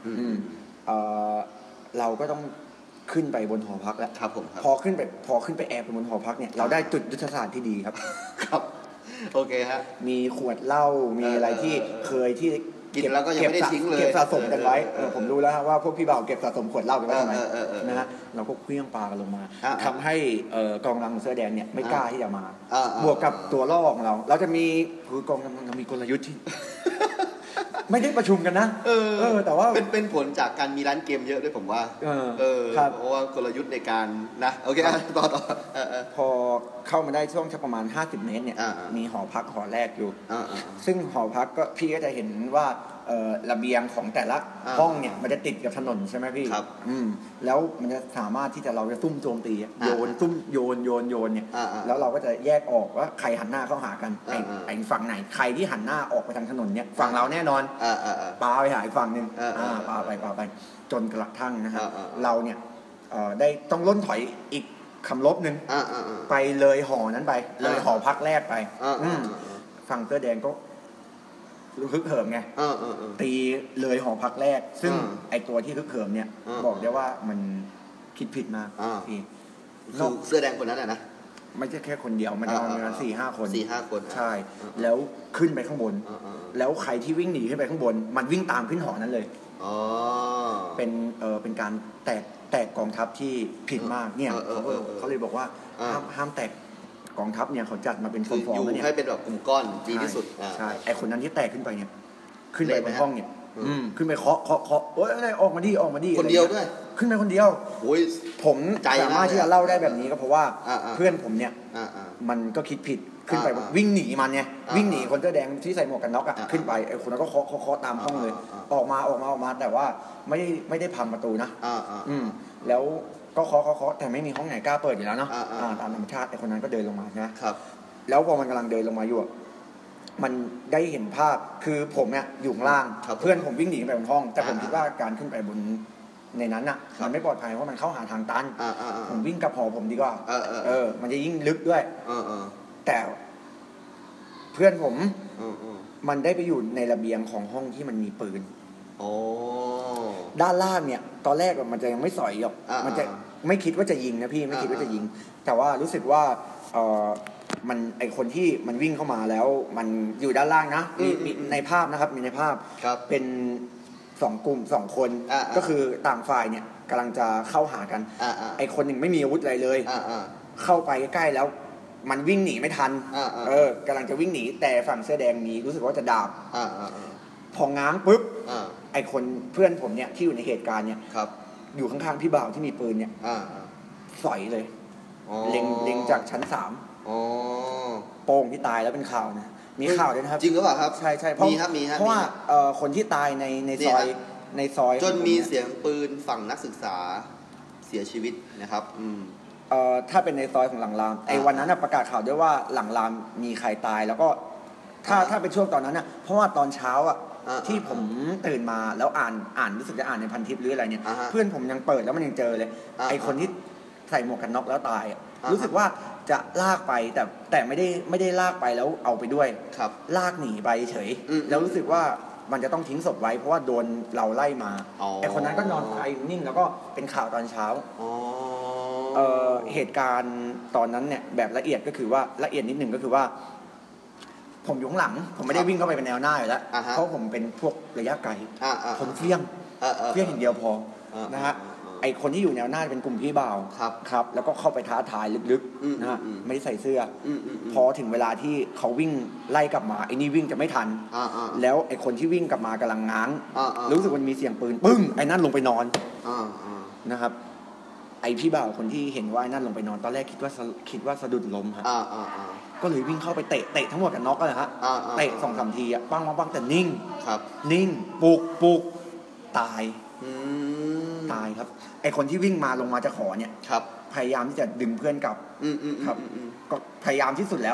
เราก็ต้องขึ้นไปบนหอพักแล้วครับผมพอขึ้นไปพอขึ้นไปแอบบบนหอพักเนี่ยเราได้จุดยุทธศาสตร์ที่ดีครับครับโอเคฮะมีขวดเหล้ามีอะไรที่เคยที่กินแล้วก็ยังไม่ได้ทิ้งเลยเก็บสะสมกันไว้ผมรู้แล้วว่าพวกพี่บ่าวเก็บสะสมขวดเหล้ากันไว้ทำไมนะฮะเราก็เคลื่องปลากันลงมาทำให้กองกำลังเสื้อแดงเนี่ยไม่กล้าที่จะมาบวกกับตัวล่อของเราเราจะมีคือกองกำลังเรามีกลยุทธ์ที่ไม่ได้ประชุมกันนะเออแต่ว่าเป็นเป็นผลจากการมีร้านเกมเยอะด้วยผมว่าเออเออเพราะว่ากลยุทธ์ในการนะโอเคต่อต่อพอเข้ามาได้ช่วงประมาณห้าสิบเมตรเนี่ยมีหอพักหอแรกอยู่ซึ่งหอพักก็พี่ก็จะเห็นว่าระเบียงของแต่ละห้องเนี่ยมันจะติดกับถนนใช่ไหมพี่ครับอืมแล้วมันจะสามารถที่จะเราจะซุ่มโจมตีโยนซุ่มโยนโยนโยนเนี่ยแล้วเราก็จะแยกออกว่าใครหันหน้าเข้าหากันไอ้ไอ้ฝั่งไหนใครที่หันหน้าออกไปทางถนนเนี่ยฝั่งเราแน่นอนปาไปหาอีกฝั่งนึงปาไปปาไปจนกระทั่งนะครับเราเนี่ยได้ต้องล้นถอยอีกคำลบหนึ่งไปเลยหอนั้นไปเลยหอพักแรกไปฝั่งเสื้อแดงก็ฮึกเหิมไงตีเลยหอพักแรกซึ่งไอตัวที่ฮึกเหิมเนี่ยบอกได้ว่ามันคิดผิดมากพี่เสื้อแดงคนนั้นนะไม่ใช่แค่คนเดียวมันประมาณสี่ห้าคนสี่ห้าคนใช่แล้วขึ้นไปข้างบนแล้วใครที่วิ่งหนีขึ้นไปข้างบนมันวิ่งตามขึ้นหอนั้นเลยเป็นเออเป็นการแตกแตกกองทัพที่ผิดมากเนี่ยเขาเขาเลยบอกว่าห้ามห้ามแตกกองทัพเนี่ยเขาจัดมาเป็นฟอร์มๆแล้วเนี่ยให้เป็นแบบกลุ่มก้อนดีที่สุดใช่ไอคนนั้นที่แตกขึ้นไปเนี่ยขึ้นไปบนห้องเนี่ยขึ้นไปเคาะเคาะเคาะโอ๊ยอะไรออกมาดิออกมาดิคนเดียวด้วยขึ้นไปคนเดียวผมสามารถที่จะเล่าได้แบบนี้ก็เพราะว่าเพื่อนผมเนี่ยมันก็คิดผิดขึ้นไปวิ่งหนีมันเนี่ยวิ่งหนีคนเสื้อแดงที่ใส่หมวกกันน็อกอ่ะขึ้นไปไอคนนั้นก็เคาะเคาะตามห้องเลยออกมาออกมาออกมาแต่ว่าไม่ได้ไม่ได้พังประตูนะอืมแล้วก็เคาะเคาะเคาะแต่ไม่มีห้องไหนกล้าเปิดอยู่แล้วเนาะตามธรรมชาติไอคนนั้นก็เดินลงมานะครับแล้วพอมันกำลังเดินลงมาอยู่มันได้เห็นภาพคือผมเนี่ยอยู่ข้างล่างเพื่อนผมวิ่งหนีไปบนห้องแต่ผมคิดว่าการขึ้นไปบนในนั้นอ่ะมันไม่ปลอดภัยเพราะมันเข้าหาทางตันผมวิ่งกลับหอผมดีกว่าเออมันจะยิ่งลึกด้วยแต่เพื่อนผมมันได้ไปอยู่ในระเบียงของห้องที่มันมีปืนด้านล่างเนี่ยตอนแรกมันจะยังไม่สอยหรอกมันจะไม่คิดว่าจะยิงนะพี่ไม่คิดว่าจะยิงแต่ว่ารู้สึกว่ามันไอคนที่มันวิ่งเข้ามาแล้วมันอยู่ด้านล่างนะมีในภาพนะครับมีในภาพเป็นสองกลุ่มสองคนก็คือต่างฝ่ายเนี่ยกำลังจะเข้าหากันไอคนหนึ่งไม่มีอาวุธอะไรเลยเข้าไปใกล้ๆแล้วมันวิ่งหนีไม่ทันเออกำลังจะวิ่งหนีแต่ฝั่งเสื้อแดงมีรู้สึกว่าจะดาบพอง้างปุ๊บไอคนเพื่อนผมเนี่ยที่อยู่ในเหตุการณ์เนี่ยอยู่ข้างๆพี่บ่าวที่มีปืนเนี่ยสอยเลยเล็งเล็งจากชั้นสามโป่งที่ตายแล้วเป็นข่าวนะมีข่าวด้วยนะครับจริงหรือเปล่าครับใช่ใช่มีครับมีครับเพราะว่าคนที่ตายในในซอยในซอยจนมีเสียงปืนฝั่งนักศึกษาเสียชีวิตนะครับอืมเอ่อถ้าเป็นในซอยของหลังรามไอ้วันนั้นประกาศข่าวด้วยว่าหลังรามมีใครตายแล้วก็ถ้าถ้าเป็นช่วงตอนนั้นน่ะเพราะว่าตอนเช้าอ่ะที่ผมตื่นมาแล้วอ่านอ่านรู้สึกจะอ่านในพันทิปหรืออะไรเนี่ยเพื่อนผมยังเปิดแล้วมันยังเจอเลยไอ้คนที่ใส่หมวกกันน็อกแล้วตายรู้สึกว่าจะลากไปแต่แต่ไม่ได้ไม่ได้ลากไปแล้วเอาไปด้วยลากหนีไปเฉยแล้วรู้สึกว่ามันจะต้องทิ้งศพไว้เพราะว่าโดนเราไล่มาไอ้คนนั้นก็นอนตายนิ่งแล้วก็เป็นข่าวตอนเช้าเอ่อเหตุการณ์ตอนนั้นเนี่ยแบบละเอียดก็คือว่าละเอียดนิดหนึ่งก็คือว่าผมอยู่ข้างหลังผมไม่ได้วิ่งเข้าไปเป็นแนวหน้าอยู่แล้วเพราะผมเป็นพวกระยะไกลผมเฟี้ยงเฟี้ยงอย่างเดียวพอนะฮะไอคนที่อยู่แนวหน้าเป็นกลุ่มพี่บ่าวครับครับแล้วก็เข้าไปท้าทายลึกๆนะฮะไม่ได้ใส่เสื้อพอถึงเวลาที่เขาวิ่งไล่กลับมาไอ้นี่วิ่งจะไม่ทันแล้วไอคนที่วิ่งกลับมากำลังง้างรู้สึกมันมีเสียงปืนปึ้งไอ้นั่นลงไปนอนนะครับไอพี่บ่าวคนที่เห็นว่าไอ้นั่นลงไปนอนตอนแรกคิดว่าคิดว่าสะดุดล้มครับก็เลยวิ่งเข้าไปเตะเตะทั้งหมดกันน็อกเลยฮะเตะสองสามทีอะปังปังปังแต่นิ่งนิ่งปุกปุกตายตายครับไอคนที่วิ่งมาลงมาจะขอเนี่ยพยายามที่จะดึงเพื่อนกลับครับก็พยายามที่สุดแล้วอ่ะ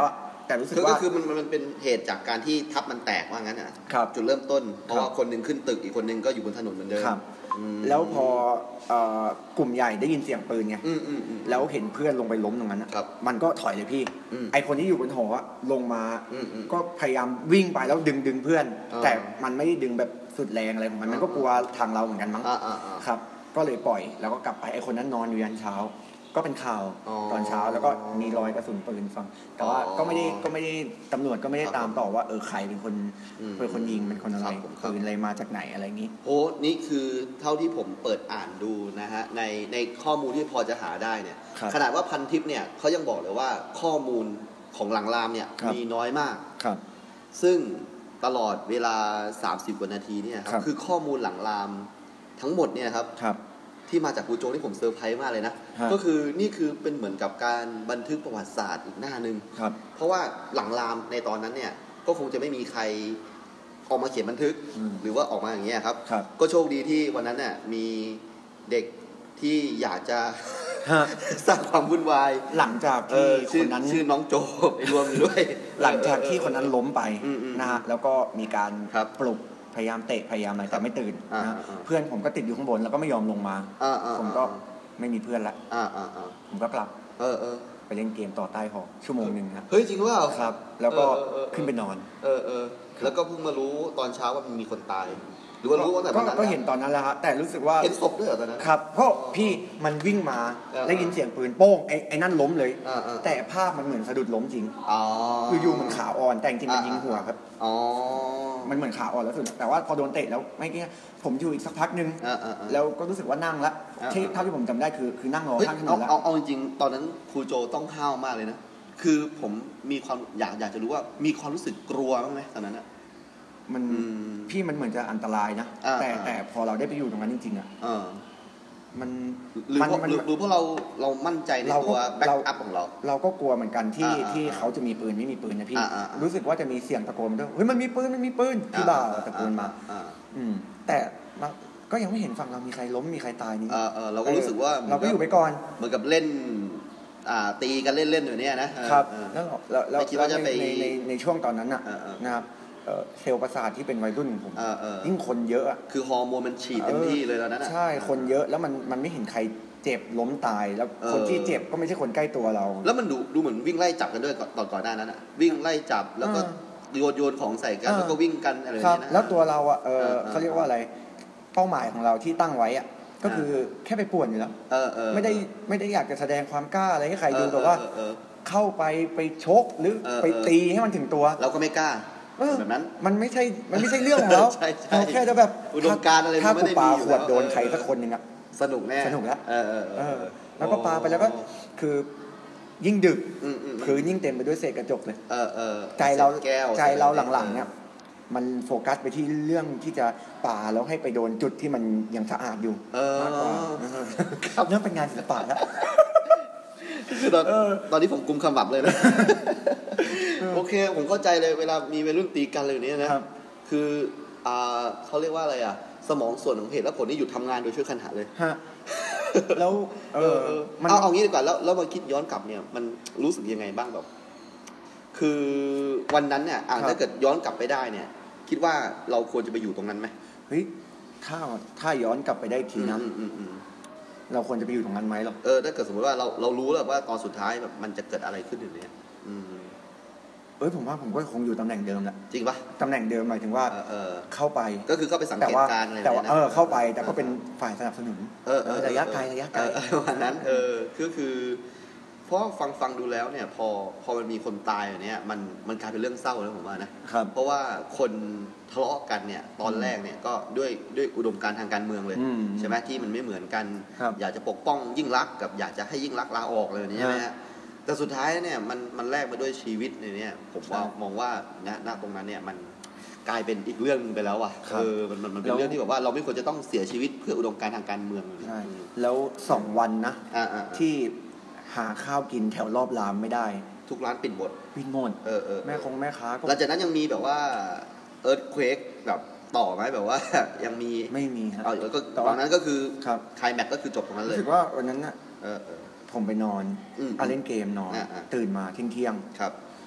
แต่รู้สึกว่าก็คือมันมันเป็นเหตุจากการที่ทับมันแตกว่างั้นอ่ะจุดเริ่มต้นเพราะว่าคนนึงขึ้นตึกอีกคนนึงก็อยู่บนถนนเหมือนเดิมแล้วพอกลุ่มใหญ่ได้ยินเสียงปืนไงแล้วเห็นเพื่อนลงไปล้มตรงนั้นมันก็ถอยเลยพี่ไอคนที่อยู่บนหอลงมาก็พยายามวิ่งไปแล้วดึงดึงเพื่อนแต่มันไม่ได้ดึงแบบสุดแรงอะไรของมันมันก็กลัวทางเราเหมือนกันมั้งครับก็เลยปล่อยแล้วก็กลับไปไอคนนั้นนอนอยู่ยันเช้าก็เป็นข่าวตอนเช้าแล้วก็มีรอยกระสุนปืนฟังแต่ว่าก็ไม่ได้ก็ไม่ได้ตำรวจก็ไม่ได้ตามต่อว่าเออใครเป็นคนเป็นคนยิงเป็นคนอะไรปืนอะไรมาจากไหนอะไรงี้โอ้นี่คือเท่าที่ผมเปิดอ่านดูนะฮะในในข้อมูลที่พอจะหาได้เนี่ยขนาดว่าพันทิปเนี่ยเขายังบอกเลยว่าข้อมูลของหลังรามเนี่ยมีน้อยมากซึ่งตลอดเวลาสามสิบกว่านาทีเนี่ยครับคือข้อมูลหลังรามทั้งหมดเนี่ยครับที่มาจากครูโจที่ผมเซอร์ไพรส์มากเลยนะก็คือนี่คือเป็นเหมือนกับการบันทึกประวัติศาสตร์อีกหน้านึงเพราะว่าหลังรามในตอนนั้นเนี่ยก็คงจะไม่มีใครออกมาเขียนบันทึกหรือว่าออกมาอย่างเงี้ยครับก็โชคดีที่วันนั้นน่ะมีเด็กที่อยากจะสร้างความวุ่นวายหลังจากที่คนนั้นชื่อน้องโจรวมอยู่ด้วยหลังจากที่คนนั้นล้มไปนะฮะแล้วก็มีการปลุกพยายามเตะพยายามอะไรแต่ไม่ตื่นนะเพื่อนผมก็ติดอยู่ข้างบนแล้วก็ไม่ยอมลงมาผมก็ไม่มีเพื่อนละผมก็กลับไปเล่นเกมต่อใต้หอชั่วโมงหนึ่งครับเฮ้ยจริงว่าครับแล้วก็ขึ้นไปนอนเออเออแล้วก็เพิ่งมารู้ตอนเช้าว่ามันมีคนตายหรือว่ารู้ว่าแต่ตอนนั้นก็เห็นตอนนั้นแล้วฮะแต่รู้สึกว่าเห็นศพด้วยเหรอตอนนั้นครับเพราะพี่มันวิ่งมาได้ยินเสียงปืนโป้งไอ้ไอ้นั่นล้มเลยแต่ภาพมันเหมือนสะดุดล้มจริงคืออยู่มันขาอ่อนแต่จริงมันยิงหัวครับมันเหมือนขาอ่อนแล้วสุดแต่ว่าพอโดนเตะแล้วไม่เงี้ยผมอยู่อีกสักพักนึงแล้วก็รู้สึกว่านั่งละที่เท่าที่ผมจำได้คือคือนั่งรอข้างถนนแล้วเอาเอาจริงตอนนั้นครูโจต้องห้าวมากเลยนะคือผมมีความอยากอยากจะรู้ว่ามีความรู้สึกกลัวบ้างไหมตอนนั้นอ่ะมันพี่มันเหมือนจะอันตรายนะแต่แต่พอเราได้ไปอยู่ตรงนั้นจริงๆอ่ะมันหรือเพราะหรือเพราะเราเรามั่นใจในตัวแบ็คอัพของเราเราก็กลัวเหมือนกันที่ที่เขาจะมีปืนไม่มีปืนนะพี่รู้สึกว่าจะมีเสียงตะโกนด้วยเฮ้ยมันมีปืนมันมีปืนพี่บ่าวตะโกนมาอืมแต่ก็ยังไม่เห็นฝั่งเรามีใครล้มมีใครตายนี่เราก็รู้สึกว่าเราก็อยู่ไปก่อนเหมือนกับเล่นตีกันเล่นๆอยู่เนี่ยนะครับแล้วเราคิดว่าจะไปในในช่วงตอนนั้นน่ะนะครับเซลล์ประสาทที่เป็นวัยรุ่นของผมยิ่งคนเยอะคือฮอร์โมนมันฉีดเต็มที่เลยแล้วนั้นใช่คนเยอะแล้วมันมันไม่เห็นใครเจ็บล้มตายแล้วคนที่เจ็บก็ไม่ใช่คนใกล้ตัวเราแล้วมันดูดูเหมือนวิ่งไล่จับกันด้วยตอนก่อนหน้านั้นอ่ะวิ่งไล่จับแล้วก็โยนโยนของใส่กันแล้วก็วิ่งกันอะไรอย่างเงี้ยนะแล้วตัวเราอ่ะเขาเรียกว่าอะไรเป้าหมายของเราที่ตั้งไว้อ่ะก็คือแค่ไปป่วนอยู่แล้วไม่ได้ไม่ได้อยากจะแสดงความกล้าอะไรให้ใครดูแต่ว่าเข้าไปไปชกหรือไปตีให้มันถึงตัวเราก็ไม่กล้าแบบนั้นมันไม่ใช่มันไม่ใช่เรื่องของเราเราแค่จะแบบอุดมการณ์อะไรถ้ากูปาขวดโดนใครสักคนนึงอ่ะสนุกแน่สนุกแล้วแล้วก็ปาไปแล้วก็คือยิ่งดึกพื้นยิ่งเต็มไปด้วยเศษกระจกเลยใจเราใจเราหลังๆเนี่ยมันโฟกัสไปที่เรื่องที่จะป่าแล้วให้ไปโดนจุดที่มันยังสะอาดอยู่มากกว่าเรื่องเป็นงานศิลปะแล้วคือตอนตอนนี้ผมกุมขมับเลยนะโอเคผมเข้าใจเลยเวลามีวัยรุ่นตีกันเลยนี้นะคืออ่าเขาเรียกว่าอะไรอ่ะสมองส่วนของเหตุและผลนี่หยุดทำงานโดยช่วยคันหาเลยแล้วเออเอาเอางี้ดีกว่าแล้วแล้วมาคิดย้อนกลับเนี่ยมันรู้สึกยังไงบ้างแบบคือวันนั้นเนี่ยถ้าเกิดย้อนกลับไปได้เนี่ยคิดว่าเราควรจะไปอยู่ตรงนั้นไหมเฮ้ยถ้าถ้าย้อนกลับไปได้ทีนั้นเราควรจะไปอยู่ตรงนั้นไหมหรอเออถ้าเกิดสมมติว่าเราเรารู้แล้วว่าตอนสุดท้ายแบบมันจะเกิดอะไรขึ้นอย่างเนี้ยเอ้ยผมว่าผมก็คงอยู่ตำแหน่งเดิมแหละจริงปะตำแหน่งเดิมหมายถึงว่าเข้าไปก็คือเข้าไปสังเกตการณ์อะไรแต่ว่าเออเข้าไปแต่ก็เป็นฝ่ายสนับสนุนเออระยะไกลระยะไกลวันนั้นเออก็คือเพราะฟังฟังดูแล้วเนี่ยพอพอมันมีคนตายอย่างเนี้ยมันมันกลายเป็นเรื่องเศร้าแล้วผมว่านะเพราะว่าคนทะเลาะกันเนี่ยตอนแรกเนี่ยก็ด้วยด้วยอุดมการณ์ทางการเมืองเลยใช่ไหมที่มันไม่เหมือนกันอยากจะปกป้องยิ่งลักษณ์กับอยากจะให้ยิ่งลักษณ์ลาออกเลยนี่ใช่ไหมฮะแต่สุดท้ายเนี่ยมันมันแลกมาด้วยชีวิตเนี่ยผมว่ามองว่าณณตรงนั้นเนี่ยมันกลายเป็นอีกเรื่องไปแล้วอ่ะเออมันมันเป็นเรื่องที่แบบว่าเราไม่ควรจะต้องเสียชีวิตเพื่ออุดมการณ์ทางการเมืองใช่แล้วสองวันนะที่หาข้าวกินแถวรอบรามไม่ได้ทุกร้านปิดหมดปิดหมดเออเออแม่คงแม่ค้าก็หลังจากนั้นยังมีแบบว่าเอิร์ธเควคแบบต่อไหมแบบว่ายังมีไม่มีครับแล้วก็ตอนนั้นก็คือไคลแม็กซ์ก็คือจบตรงนั้นเลยรู้สึกว่าวันนั้นน่ะผมไปนอนอ่ะเล่นเกมนอนตื่นมาเที่ยงเที่ยงผ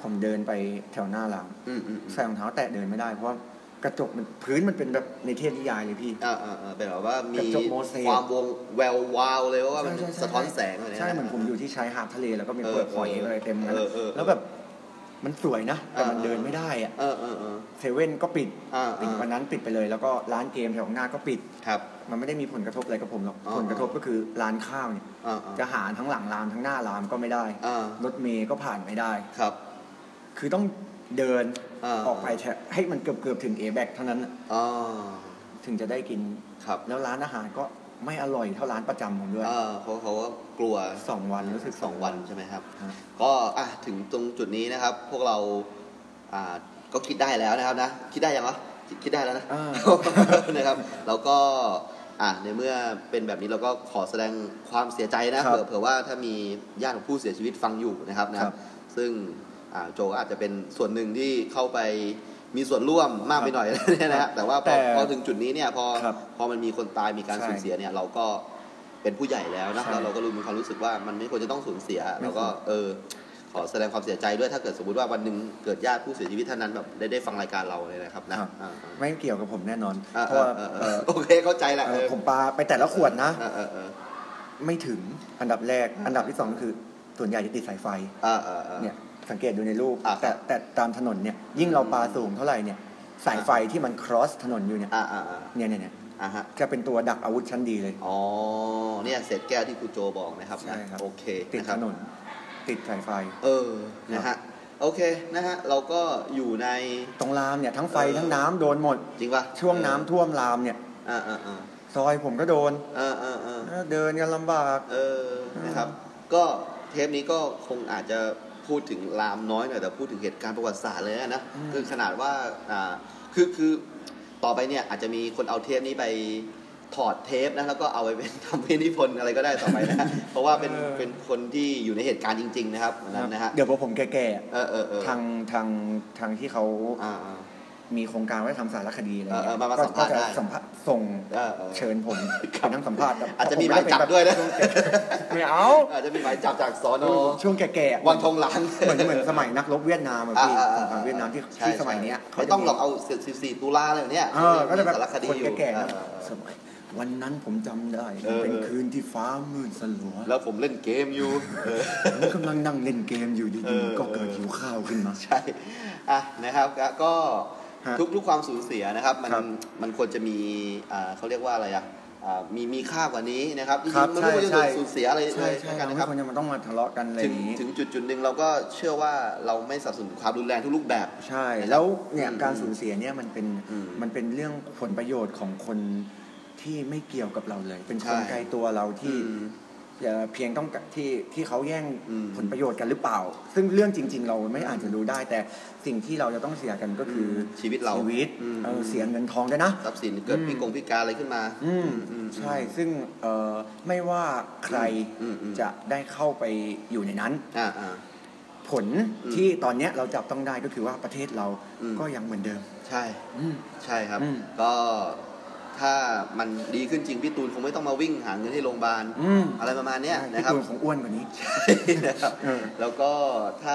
ผมเดินไปแถวหน้าร้านใส่รองเท้าแตะเดินไม่ได้เพราะว่ากระจกมันพื้นมันเป็นแบบในเทพนิยายเลยพี่อ่าอ่าเป็นแบบว่ามีความวงแวววาวเลยว่ามันสะท้อนแสงอะไรใช่เหมือนผมอยู่ที่ชายหาดทะเลแล้วก็มีเปลือกหอยอะไรเต็มนั้นแล้วแบบมันสวยนะแต่มันเดินไม่ได้อ่ะเซเว่นก็ปิดปิดวันนั้นปิดไปเลยแล้วก็ร้านเกมแถวหน้าก็ปิดมันไม่ได้มีผลกระทบอะไรกับผมหรอกผลกระทบก็คือร้านข้าวเนี่ยจะหาทั้งหลังรามทั้งหน้ารามก็ไม่ได้รถเมย์ก็ผ่านไม่ได้ครับคือต้องเดินออกไปให้มันเกือบเกือบถึง เอ แบ็ก เท่านั้นถึงจะได้กินแล้วร้านอาหารก็ไม่อร่อยเท่าร้านประจำผมด้วยเขาเขาก็กลัวสองวันรู้สึกสองวันใช่ไหมครับก็อ่ะถึงตรงจุดนี้นะครับพวกเราอ่าก็คิดได้แล้วนะครับนะคิดได้ยังวะคิดได้แล้วนะนะครับแล้วก็อ่ะในเมื่อเป็นแบบนี้เราก็ขอแสดงความเสียใจนะเผื่อเผื่อว่าถ้ามีญาติของผู้เสียชีวิตฟังอยู่นะครับนะซึ่งโจก็อาจจะเป็นส่วนหนึ่งที่เข้าไปมีส่วนร่วมมากไปหน่อยเนี่ยนะแต่ว่าพอพอถึงจุดนี้เนี่ยพอพอมันมีคนตายมีการสูญเสียเนี่ยเราก็เป็นผู้ใหญ่แล้วนะแล้วเราก็รู้มีความรู้สึกว่ามันไม่ควรจะต้องสูญเสียแล้วก็เออขอแสดงความเสียใจด้วยถ้าเกิดสมมติว่าวันหนึ่งเกิดญาติผู้เสียชีวิตท่านนั้นแบบได้ได้ฟังรายการเราเลยนะครับนะไม่เกี่ยวกับผมแน่นอนเพราะว่าโอเคเข้าใจแหละผมปาไปแต่ละขวดนะไม่ถึงอันดับแรกอันดับที่สองคือส่วนใหญ่จะติดสายไฟเนี่ยสังเกตดูในรูปแต่แต่ตามถนนเนี่ยยิ่งเราปาสูงเท่าไหร่เนี่ยสายไฟที่มัน cross ถนนอยู่เนี่ยเนี่ยเนี่ยเนี่ยจะเป็นตัวดักอาวุธชั้นดีเลยอ๋อเนี่ยเศษแก้วที่ครูโจบอกนะครับใช่ครับโอเคติดถนนติดสายไฟเออนะฮะโอเคนะฮะเราก็อยู่ในตรงรามเนี่ยทั้งไฟทั้งน้ำโดนหมดจริงป่ะช่วงน้ำท่วมรามเนี่ยอ่าอ่าอ่าซอยผมก็โดนอ่าอ่าอ่าเดินกันลำบากเออนะครับก็เทปนี้ก็คงอาจจะพูดถึงรามน้อยหน่อยแต่พูดถึงเหตุการณ์ประวัติศาสตร์เลยนะคือขนาดว่าอ่าคือคือต่อไปเนี่ยอาจจะมีคนเอาเทปนี้ไปถอดเทปนะแล้วก็เอาไปเป็นทำเป็นนิพนธ์อะไรก็ได้ต่อไปนะเพราะว่าเป็นเป็นคนที่อยู่ในเหตุการณ์จริงๆนะครับนั้นนะฮะเดี๋ยวพอผมแก่ๆเออเออทางทางทางที่เขามีโครงการไว้ทำสารคดีอะไรเงี้ยก็จะสัมภาษณ์ส่งเชิญผมไปนั่งสัมภาษณ์อาจจะมีหมายจับด้วยนะไม่เอาอาจจะมีหมายจับจากสน. ช่วงแก่ๆวังทองหลางเหมือนเหมือนสมัยนักรบเวียดนามอ่ะพี่สงครามเวียดนามที่ที่สมัยเนี้ยไม่ต้องหรอกเอาสิบสี่ตุลาอะไรแบบเนี้ยก็จะแบบคนแก่ๆสมัยวันนั้นผมจำได้เป็นคืนที่ฟ้ามืดสลัวแล้วผมเล่นเกมอยู่ผมกำลังนั่งเล่นเกมอยู่ดีๆก็เกิดหิวข้าวขึ้นมาใช่อ่ะนะครับก็ทุกทุกความสูญเสียนะครับมันมันควรจะมีเขาเรียกว่าอะไรอ่ะมีมีค่ากว่านี้นะครับจริงๆมันไม่ควรจะสูญเสียอะไรเลยนะครับไม่ควรจะมันต้องมาทะเลาะกันอะไรอย่างนี้ถึงจุดจุดหนึ่งเราก็เชื่อว่าเราไม่สนับสนุนความรุนแรงทุกรูปแบบใช่แล้วเนี่ยการสูญเสียเนี่ยมันเป็นมันเป็นเรื่องผลประโยชน์ของคนที่ไม่เกี่ยวกับเราเลยเป็นคนไกลตัวเราที่เพียงต้องที่ที่เขาแย่งผลประโยชน์กันหรือเปล่าซึ่งเรื่องจริงๆเราไม่อาจจะรู้ได้แต่สิ่งที่เราจะต้องเสียกันก็คือชีวิตเราชีวิตเสียเงินทองด้วยนะทรัพย์สินเกิดพิกงพิการอะไรขึ้นมาใช่ซึ่งไม่ว่าใครจะได้เข้าไปอยู่ในนั้นผลที่ตอนนี้เราจับต้องได้ก็คือว่าประเทศเราก็ยังเหมือนเดิมใช่ใช่ครับก็ถ้ามันดีขึ้นจริงพี่ตูนคงไม่ต้องมาวิ่งหาเงินที่โรงพยาบาลอะไรประมาณนี้นะครับพี่ตูนคงอ้วนกว่านี้ใช่นะครับแล้วก็ถ้า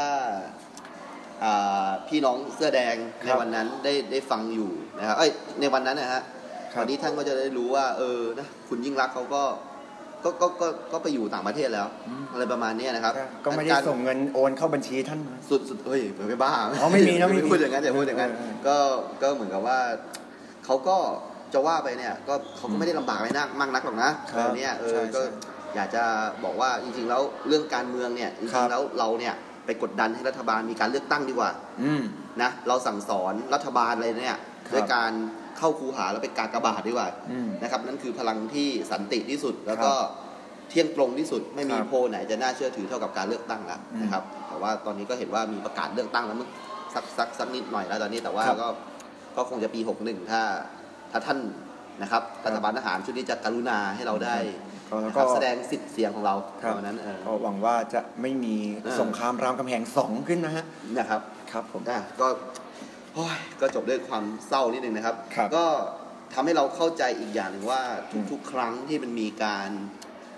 พี่น้องเสื้อแดงในวันนั้นได้ได้ฟังอยู่นะครับเอ้ยในวันนั้นนะฮะวันนี้ท่านก็จะได้รู้ว่าเออนะคุณยิ่งรักเขาก็ก็ก็ก็ก็ไปอยู่ต่างประเทศแล้วอะไรประมาณนี้นะครับก็ไม่ได้ส่งเงินโอนเข้าบัญชีท่านสุดสุดเฮ้ยไปบ้าอ๋อไม่มีนะไม่พูดอย่างนั้นอย่าพูดอย่างนั้นก็ก็เหมือนกับว่าเขาก็จะว่าไปเนี่ยก็เขาก็ไม่ได้ลำบากอะไรนักมากนักหรอกนะเออเนี่ยเออก็อยากจะบอกว่าจริงๆแล้วเรื่องการเมืองเนี่ยจริงๆแล้วเราเนี่ยไปกดดันให้รัฐบาลมีการเลือกตั้งดีกว่านะเราสั่งสอนรัฐบาลอะไรเนี่ยด้วยการเข้าคูหาแล้วไปกากบาทดีกว่านะครับนั่นคือพลังที่สันติที่สุดแล้วก็เที่ยงตรงที่สุดไม่มีโพลไหนจะน่าเชื่อถือเท่ากับการเลือกตั้งแล้วนะครับแต่ว่าตอนนี้ก็เห็นว่ามีประกาศเลือกตั้งแล้วมึงสักสักสักนิดหน่อยแล้วตอนนี้แต่ว่าก็ก็คงจะปีหกสิบเอ็ดถ้าถ้าท่านนะครับรัฐบาลทหารชุดนี้จะกรุณาให้เราได้แสดงสิทธิ์เสียงของเราเพราะนั้นก็หวังว่าจะไม่มีสงครามรามคำแหงสองขึ้นนะฮะนะครับครับผมก็ก็จบด้วยความเศร้านิดนึงนะครับก็ทำให้เราเข้าใจอีกอย่างหนึ่งว่าทุกๆครั้งที่มันมีการ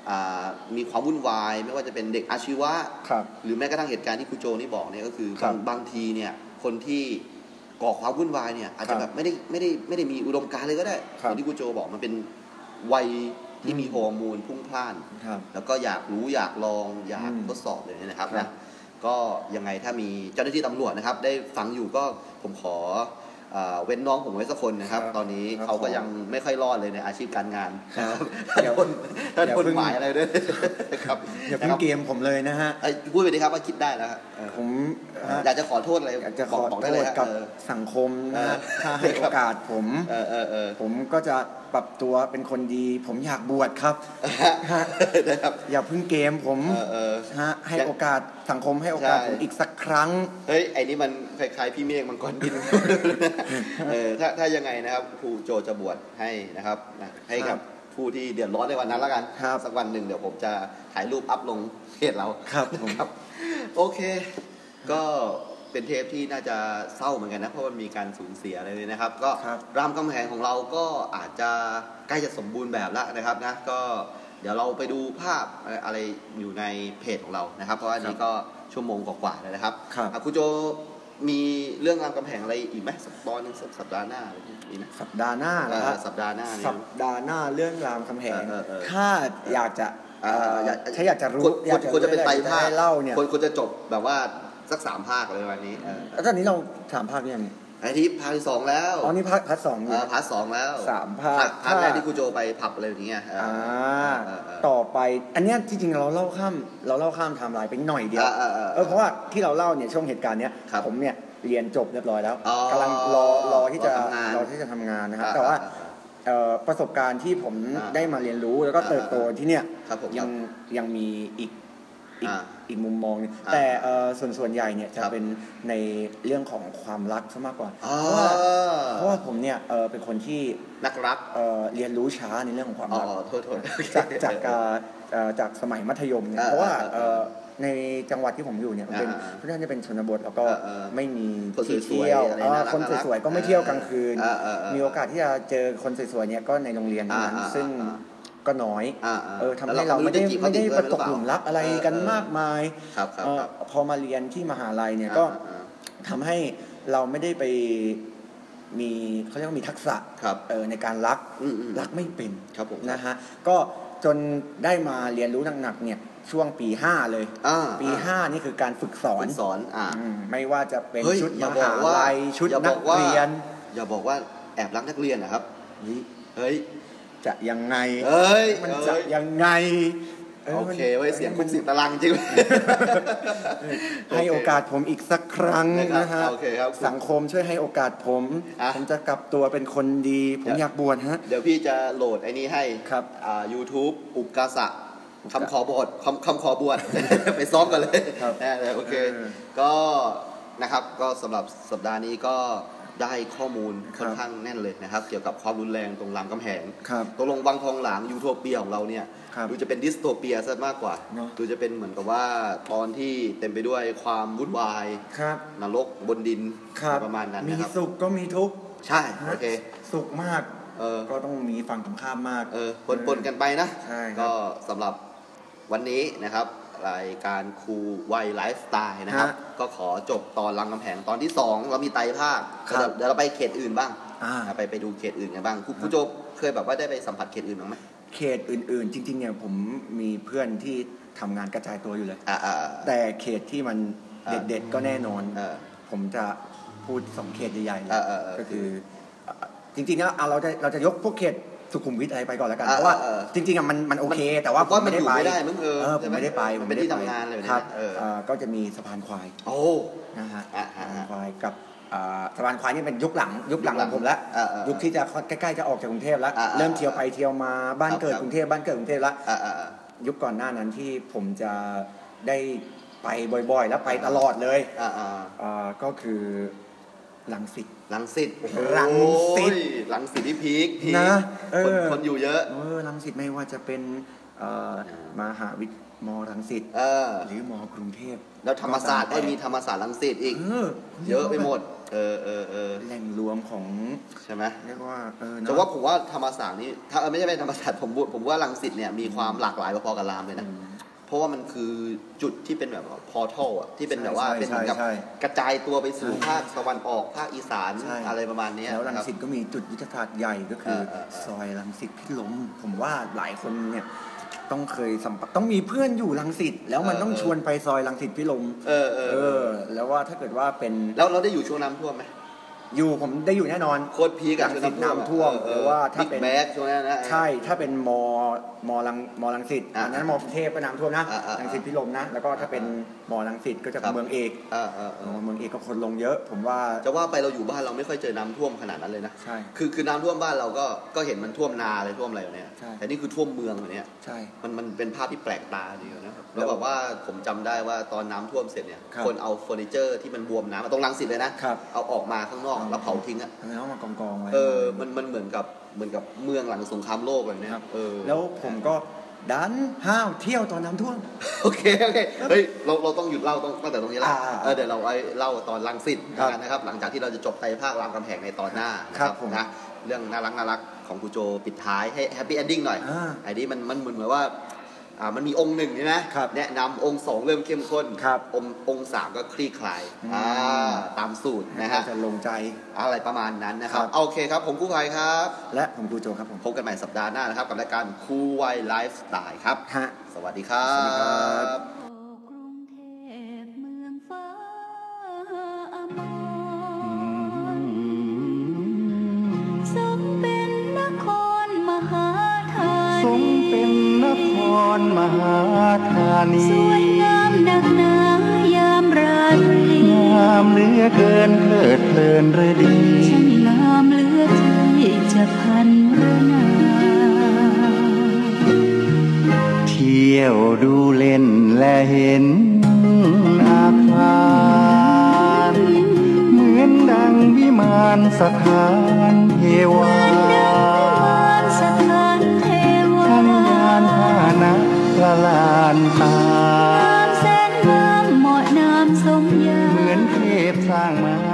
มีความวุ่นวายไม่ว่าจะเป็นเด็กอาชีวะหรือแม้กระทั่งเหตุการณ์ที่ครูโจนี่บอกเนี่ยก็คือบางบางทีเนี่ยคนที่ก่อความวุ่นวายเนี่ยอาจจะแบบไม่ได้ไม่ได้ไม่ได้มีอุดมการณ์เลยก็ได้อย่างที่ครูโจบอกมันเป็นวัยที่มีฮอร์โมนพุ่งพล่านแล้วก็อยากรู้อยากลองอยากทดสอบเลยนะครับนะก็ยังไงถ้ามีเจ้าหน้าที่ตำรวจนะครับได้ฟังอยู่ก็ผมขอเว้นน้องผมไว้สักคนนะครับตอนนี้เขาก็ยังไม่ค่อยรอดเลยในอาชีพการงานถ้าคนถ้าคนหมายอะไรด้วยนะครับอย่าเพิ่งเกมผมเลยนะฮะพูดไปดิครับว่าคิดได้แล้วผมอยากจะขอโทษอะไรอยากจะขอโทษกับสังคมนะถ้าให้โอกาสผมผมก็จะปรับตัวเป็นคนดีผมอยากบวชครับอย่าเพิ่งเกมผมฮะให้โอกาสสังคมให้โอกาสผมอีกสักครั้งเฮ้ยไอ้นี่มันคล้ายๆพี่เมฆมังกรบินเออถ้าถ้ายังไงนะครับครูโจจะบวชให้นะครับให้กับผู้ที่เดือดร้อนในวันนั้นแล้วกันสักวันหนึ่งเดี๋ยวผมจะถ่ายรูปอัพลงเพจเราครับครับโอเคก็เป็นเทปที่น่าจะเศร้าเหมือนกันนะเพราะมันมีการสูญเสียอะไรเลยนะครับก็รามคำแหงของเราก็อาจจะใกล้จะสมบูรณ์แบบแล้วนะครับนะก็เดี๋ยวเราไปดูภาพอะไรอยู่ในเพจของเรานะครับเพราะว่านี้ก็ชั่วโมงกว่าๆแล้วนะครับครูโจมีเรื่องรามคำแหงอะไรอีกไหมสักตอนนึงสัปดาห์หน้ามีไหมสัปดาห์หน้านะครับสัปดาห์หน้าสัปดาห์หน้าเรื่องรามคำแหงถ้าอยากจะถ้าอยากจะรู้ควรจะเป็นไตรภาคเล่าเนี่ยควรจะจบแบบว่าสักสามภาคเลยวันนี้แล้วตอนนี้เราสามภาคยังไอ้ที่ภาคที่สองแล้วอ๋อนี่ภาคภาคสองภาคสองแล้วสามภาคภาคแรกที่ครูโจไปผับอะไรอย่างเงี้ยอ่าต่อไปอันเนี้ยที่จริงเราเล่าข้ามเราเล่าข้ามไทม์ไลน์ไปหน่อยเดียวเออเพราะว่าที่เราเล่าเนี่ยช่วงเหตุการณ์เนี้ยผมเนี่ยเรียนจบเรียบร้อยแล้วกำลังรอรอที่จะรอที่จะทำงานนะครับแต่ว่าประสบการณ์ที่ผมได้มาเรียนรู้แล้วก็เติบโตที่เนี่ยยังยังมีอีกอีกอีกมุมมองนึงแต่ส่วนส่วนใหญ่เนี่ยจะเป็นในเรื่องของความรักซะมากกว่าเพราะว่าเพราะว่าผมเนี่ยเป็นคนที่นักรักเรียนรู้ช้าในเรื่องของความรักโทษจากจากจากสมัยมัธยมเนี่ยเพราะว่าในจังหวัดที่ผมอยู่เนี่ยเป็นเพราะฉะนั้นจะเป็นชนบทแล้วก็ไม่มีที่เที่ยวคนสวยๆก็ไม่เที่ยวกลางคืนมีโอกาสที่จะเจอคนสวยๆเนี่ยก็ในโรงเรียนนั้นซึ่งก็น้อยเออทำให้เราไม่ได้ไม่ได้ประตกหลุมรักอะไรกันมากมายพอมาเรียนที่มหาลัยเนี่ยก็ทำให้เราไม่ได้ไปมีเขาเรียกว่ามีทักษะในการรักรักไม่เป็นนะฮะก็จนได้มาเรียนรู้หนักๆเนี่ยช่วงปีห้าเลยปีห้านี่คือการฝึกสอนสอนไม่ว่าจะเป็นชุดมหาลัยชุดนักเรียนอย่าบอกว่าแอบรักนักเรียนนะครับเฮ้ยจะยังไงเอ้ยมันจะยังไงโอเคไว้เสียงคุณสิบตารางจริงให้โอกาสผมอีกสักครั้งนะฮะสังคมช่วยให้โอกาสผมผมจะกลับตัวเป็นคนดีผมอยากบวชฮะเดี๋ยวพี่จะโหลดไอ้นี้ให้ครับอ่า YouTube อุกาสะคำขอบวชคำคำขอบวชไปซ้อมกันเลยนะโอเคก็นะครับก็สำหรับสัปดาห์นี้ก็ได้ข้อมูลค่อนข้างแน่นเลยนะครับเกี่ยวกับความรุนแรงตรงรามคำแหงตรงลงวังทองหลางยูโทเปียของเราเนี่ยดูจะเป็นดิสโทเปียซะมากกว่าดูจะเป็นเหมือนกับว่าตอนที่เต็มไปด้วยความวุ่นวายนรกบนดินประมาณนั้นนะครับมีสุขก็มีทุกข์ใช่โอเคสุขมากก็ต้องมีฝั่งตรงข้ามมากเออปนๆกันไปนะก็สำหรับวันนี้นะครับรายการครูวัยไลฟ์สไตล์นะครับก็ขอจบตอนรามคำแหงตอนที่สองเรามีไตรภาคเดี๋ยวเราไปเขตอื่นบ้างไปไปดูเขตอื่นกันบ้างครูโจเคยแบบว่าได้ไปสัมผัสเขตอื่นบ้างไหมเขตอื่นๆจริงๆเนี่ยผมมีเพื่อนที่ทำงานกระจายตัวอยู่เลยแต่เขตที่มันเด็ดๆก็แน่นอนผมจะพูดสองเขตใหญ่ๆเลยก็คือจริงๆแล้วเราจะเราจะยกพวกเขตสุขุมวิทอะไรไปก่อนแล้วกันเพราะว่าจริงๆอ่ะมันมันโอเคแต่ว่าผมไม่ได้ไปเออผมไม่ได้ไปผมไม่ได้ทำงานเลยครับก็จะมีสะพานควายโอ้นะฮะสะพานควายกับสะพานควายนี่เป็นยุคหลังยุคหลังของผมแล้วยุคที่จะใกล้ๆจะออกจากกรุงเทพแล้วเริ่มเที่ยวไปเที่ยวมาบ้านเกิดกรุงเทพบ้านเกิดกรุงเทพแล้วยุคก่อนหน้านั้นที่ผมจะได้ไปบ่อยๆแล้วไปตลอดเลยก็คือรังสิตรังสิตรังสิตรังสิตที่พีคนะคนคนอยู่เยอะเออรังสิตไม่ว่าจะเป็นมหาวิทมอรังสิตหรือมอกรุงเทพแล้วธรรมศาสตร์ก็มีธรรมศาสตร์รังสิตอีกเยอะไปหมดเออเออเออแหล่งรวมของใช่ไหมเรียกว่าเออแต่ว่าผมว่าธรรมศาสตร์นี่ถ้าไม่ใช่เป็นธรรมศาสตร์ผมผมว่ารังสิตเนี่ยมีความหลากหลายพอๆกับรามเลยนะเพราะว่ามันคือจุดที่เป็นแบบพอร์ทัลอ่ะที่เป็นแบบว่าเป็นเหมือนกับกระจายตัวไปสู่ภาคตะวันออกภาคอีสานอะไรประมาณนี้แล้วรังสิตก็มีจุดยุทธศาสตร์ใหญ่ก็คือซอยรังสิตพิลมผมว่าหลายคนเนี่ยต้องเคยสัมผัสต้องมีเพื่อนอยู่รังสิตแล้วมันต้องชวนไปซอยรังสิตพิลมเออเออแล้วว่าถ้าเกิดว่าเป็นแล้วเราได้อยู่ช่วงน้ำท่วมไหมอยู่ผมได้อยู่แน่นอนโคตรพีกับน้ำท่วมหรือว่าถ้าเป็นแบกช่วงนั้นนะใช่ถ้าเป็นมอมอลังมอลังสิตอันนั้นมอกรุงเทพก็น้ำท่วมนะรังสิตพิลมนะแล้วก็ถ้าเป็นมอลังสิตก็จะเมืองเอกเมืองเอกก็คนลงเยอะผมว่าจะว่าไปเราอยู่บ้านเราไม่ค่อยเจอน้ำท่วมขนาดนั้นเลยนะใช่คือคือน้ำท่วมบ้านเราก็ก็เห็นมันท่วมนาอะไรท่วมอะไรอย่างเนี้ยแต่นี่คือท่วมเมืองอย่างเนี้ยใช่มันมันเป็นภาพที่แปลกตาดีนะครับแล้วแบบว่าผมจำได้ว่าตอนน้ำท่วมเสร็จเนี่ยคนเอาเฟอร์นิเจอร์ที่มันบวมน้ำตรงรังสิตเลยนะเอาออกมาข้างนอกแล้วเผาทิ้งอ่ะแล้วมากองกองไว้เออมันมันเหมือนกับเหมือนกับเมืองหลังสงครามโลกอะไรเนี่ยเออแล้วผมก็ดันห้าวเที่ยวตอนน้ำท่วมโอเคโอเคเฮ้ยเราเราต้องหยุดเล่าตั้งแต่ตรงนี้แล้วเออเดี๋ยวเราไว้เล่าตอนรังสิตกันนะครับหลังจากที่เราจะจบไตรภาครามคำแหงในตอนหน้านะครับนะเรื่องน่ารักน่ารักของครูโจปิดท้ายให้แฮปปี้เอนดิ้งหน่อยไอ้นี้มันมันเหมือนแบบว่าอ่ามันมีองค์หนึ่งใช่ไหมแนะนำองค์สองเริ่มเข้มข้นองค์องค์สามก็คลี่คลายอ่าตามสูตรนะฮะจะลงใจอะไรประมาณนั้นนะครับโอเคครับผมครูไพครับและผมครูโจครับผมพบกันใหม่สัปดาห์หน้านะครับกับรายการครูไวไลฟ์สไตล์ครับสวัสดีครับสมเป็นนครมหาธานีสวยงามนักหนายามราตรีงามเหลือเกินเพลิดเพลินฤดีช่างงามเหลือที่จะพันรนาเที่ยวดูเล่นและเห็นอาคารเหมือนดังวิมานสถานเทวาละลานตาน้ำแสนงามเหมาะน้ำสมยาเหมือนเทพสร้างมา